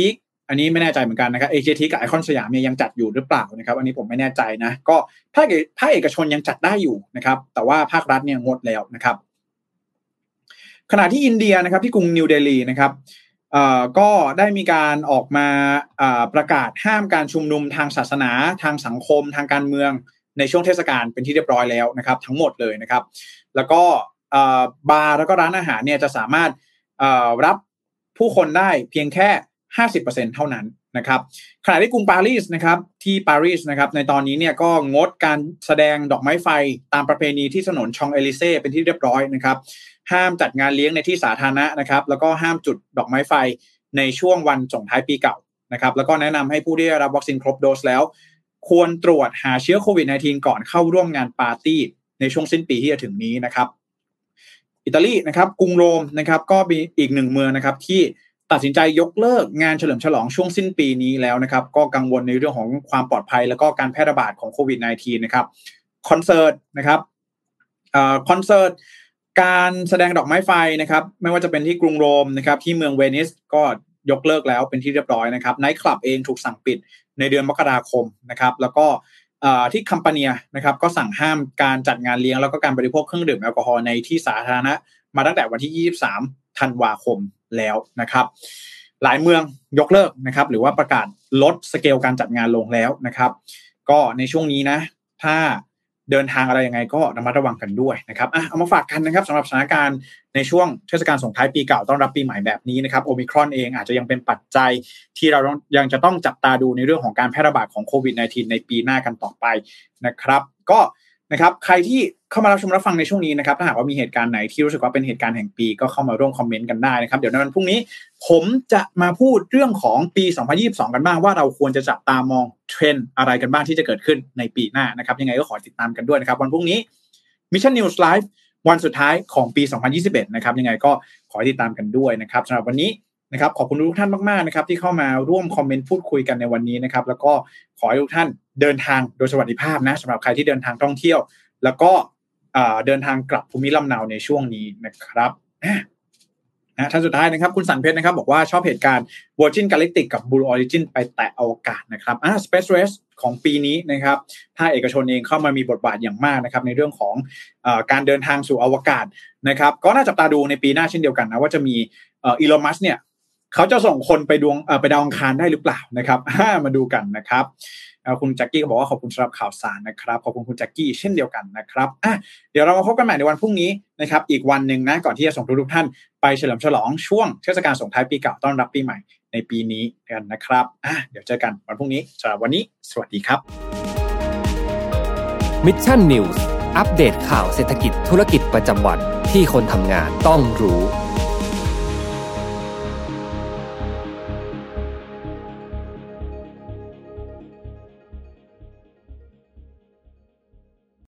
อันนี้ไม่แน่ใจเหมือนกันนะครับ เอ เค ที กับไอคอนสยามเนี่ยยังจัดอยู่หรือเปล่านะครับอันนี้ผมไม่แน่ใจนะก็ภาคภาคเอกชนยังจัดได้อยู่นะครับแต่ว่าภาครัฐเนี่ยงดแล้วนะครับขณะที่อินเดียนะครับที่กรุงนิวเดลีนะครับเอ่อก็ได้มีการออกมาเอ่อประกาศห้ามการชุมนุมทางศาสนาทางสังคมทางการเมืองในช่วงเทศกาลเป็นที่เรียบร้อยแล้วนะครับทั้งหมดเลยนะครับแล้วก็เอ่อบาร์แล้วก็ร้านอาหารเนี่ยจะสามารถเอ่อรับผู้คนได้เพียงแค่ ห้าสิบเปอร์เซ็นต์ เท่านั้นนะครับขณะที่กรุงปารีสนะครับที่ปารีสนะครับในตอนนี้เนี่ยก็งดการแสดงดอกไม้ไฟตามประเพณีที่ถนนชองเอลิเซ่เป็นที่เรียบร้อยนะครับห้ามจัดงานเลี้ยงในที่สาธารณะนะครับแล้วก็ห้ามจุดดอกไม้ไฟในช่วงวันส่งท้ายปีเก่านะครับแล้วก็แนะนำให้ผู้ที่ได้รับวัคซีนครบโดสแล้วควรตรวจหาเชื้อโควิด สิบเก้า ก่อนเข้าร่วมงานปาร์ตี้ในช่วงสิ้นปีที่จะถึงนี้นะครับอิตาลีนะครับกรุงโรมนะครับก็มีอีกหนึ่งเมืองนะครับที่ตัดสินใจยกเลิกงานเฉลิมฉลองช่วงสิ้นปีนี้แล้วนะครับก็กังวลในเรื่องของความปลอดภัยแล้วก็การแพร่ระบาดของโควิด สิบเก้า นะครับคอนเสิร์ตนะครับเอ่อคอนเสิร์ตการแสดงดอกไม้ไฟนะครับไม่ว่าจะเป็นที่กรุงโรมนะครับที่เมืองเวนิสก็ยกเลิกแล้วเป็นที่เรียบร้อยนะครับไนท์คลับเองถูกสั่งปิดในเดือนมกราคมนะครับแล้วก็ที่คัมปาเนียนะครับก็สั่งห้ามการจัดงานเลี้ยงแล้วก็การบริโภคเครื่องดื่มแอลกอฮอล์ในที่สาธารณะมาตั้งแต่วันที่ยี่สิบสามธันวาคมแล้วนะครับหลายเมืองยกเลิกนะครับหรือว่าประกาศลดสเกลการจัดงานลงแล้วนะครับก็ในช่วงนี้นะถ้าเดินทางอะไรยังไงก็ระมัดระวังกันด้วยนะครับอ่ะเอามาฝากกันนะครับสำหรับสถานการณ์ในช่วงเทศกาลส่งท้ายปีเก่าต้อนรับปีใหม่แบบนี้นะครับโอมิครอนเองอาจจะยังเป็นปัจจัยที่เรายังจะต้องจับตาดูในเรื่องของการแพร่ระบาดของโควิด สิบเก้า ในปีหน้ากันต่อไปนะครับก็นะครับใครที่เข้ามารับชมรับฟังในช่วงนี้นะครับถ้าหากว่ามีเหตุการณ์ไหนที่รู้สึกว่าเป็นเหตุการณ์แห่งปีก็เข้ามาร่วมคอมเมนต์กันได้นะครับเดี๋ยวในวันพรุ่งนี้ผมจะมาพูดเรื่องของปีสองพันยี่สิบสองกันบ้างว่าเราควรจะจับตามองเทรนด์อะไรกันบ้างที่จะเกิดขึ้นในปีหน้านะครับยังไงก็ขอติดตามกันด้วยนะครับวันพรุ่งนี้ Mission News Live วันสุดท้ายของปีสองพันยี่สิบเอ็ดนะครับยังไงก็ขอติดตามกันด้วยนะครับสำหรับวันนี้นะครับขอบคุณทุกท่านมากๆนะครับที่เข้ามาร่วมคอมเมนต์พูดคุยกันในวันนี้นะครับแล้วก็ขอให้ทุกท่านเดินทางโดยสวัสดิภาพนะสำหรับใครที่เดินทางท่องเที่ยวแล้วก็เดินทางกลับภูมิลำเนาในช่วงนี้นะครับนะท่านสุดท้ายนะครับคุณสันเพชรนะครับบอกว่าชอบเหตุการณ์ Virgin Galactic กับ Blue Origin ไปแตะอวกาศนะครับอ่า Space Race ของปีนี้นะครับภาคเอกชนเองเข้ามามีบทบาทอย่างมากนะครับในเรื่องของเอ่อการเดินทางสู่อวกาศนะครับก็น่าจับตาดูในปีหน้าเช่นเดียวกันนะว่าจะมีเอ่อ Elon Musk เนี่ยเขาจะส่งคนไปดวงเอ่อไปดาวอังคารได้หรือเปล่านะครับมาดูกันนะครับคุณแจ็คกี้ก็บอกว่าขอบคุณสำหรับข่าวสารนะครับขอบคุณคุณแจ็คกี้เช่นเดียวกันนะครับอ่ะเดี๋ยวเรามาพบกันใหม่ในวันพรุ่งนี้นะครับอีกวันนึงนะก่อนที่จะส่งทุกๆท่านไปเฉลิมฉลองช่วงเทศกาลส่งท้ายปีเก่าต้อนรับปีใหม่ในปีนี้กันนะครับอ่ะเดี๋ยวเจอกันวันพรุ่งนี้สำหรับวันนี้สวัสดีครับ Mission News อัปเดตข่าวเศรษฐกิจธุรกิจประจำวันที่คนทำงานต้องรู้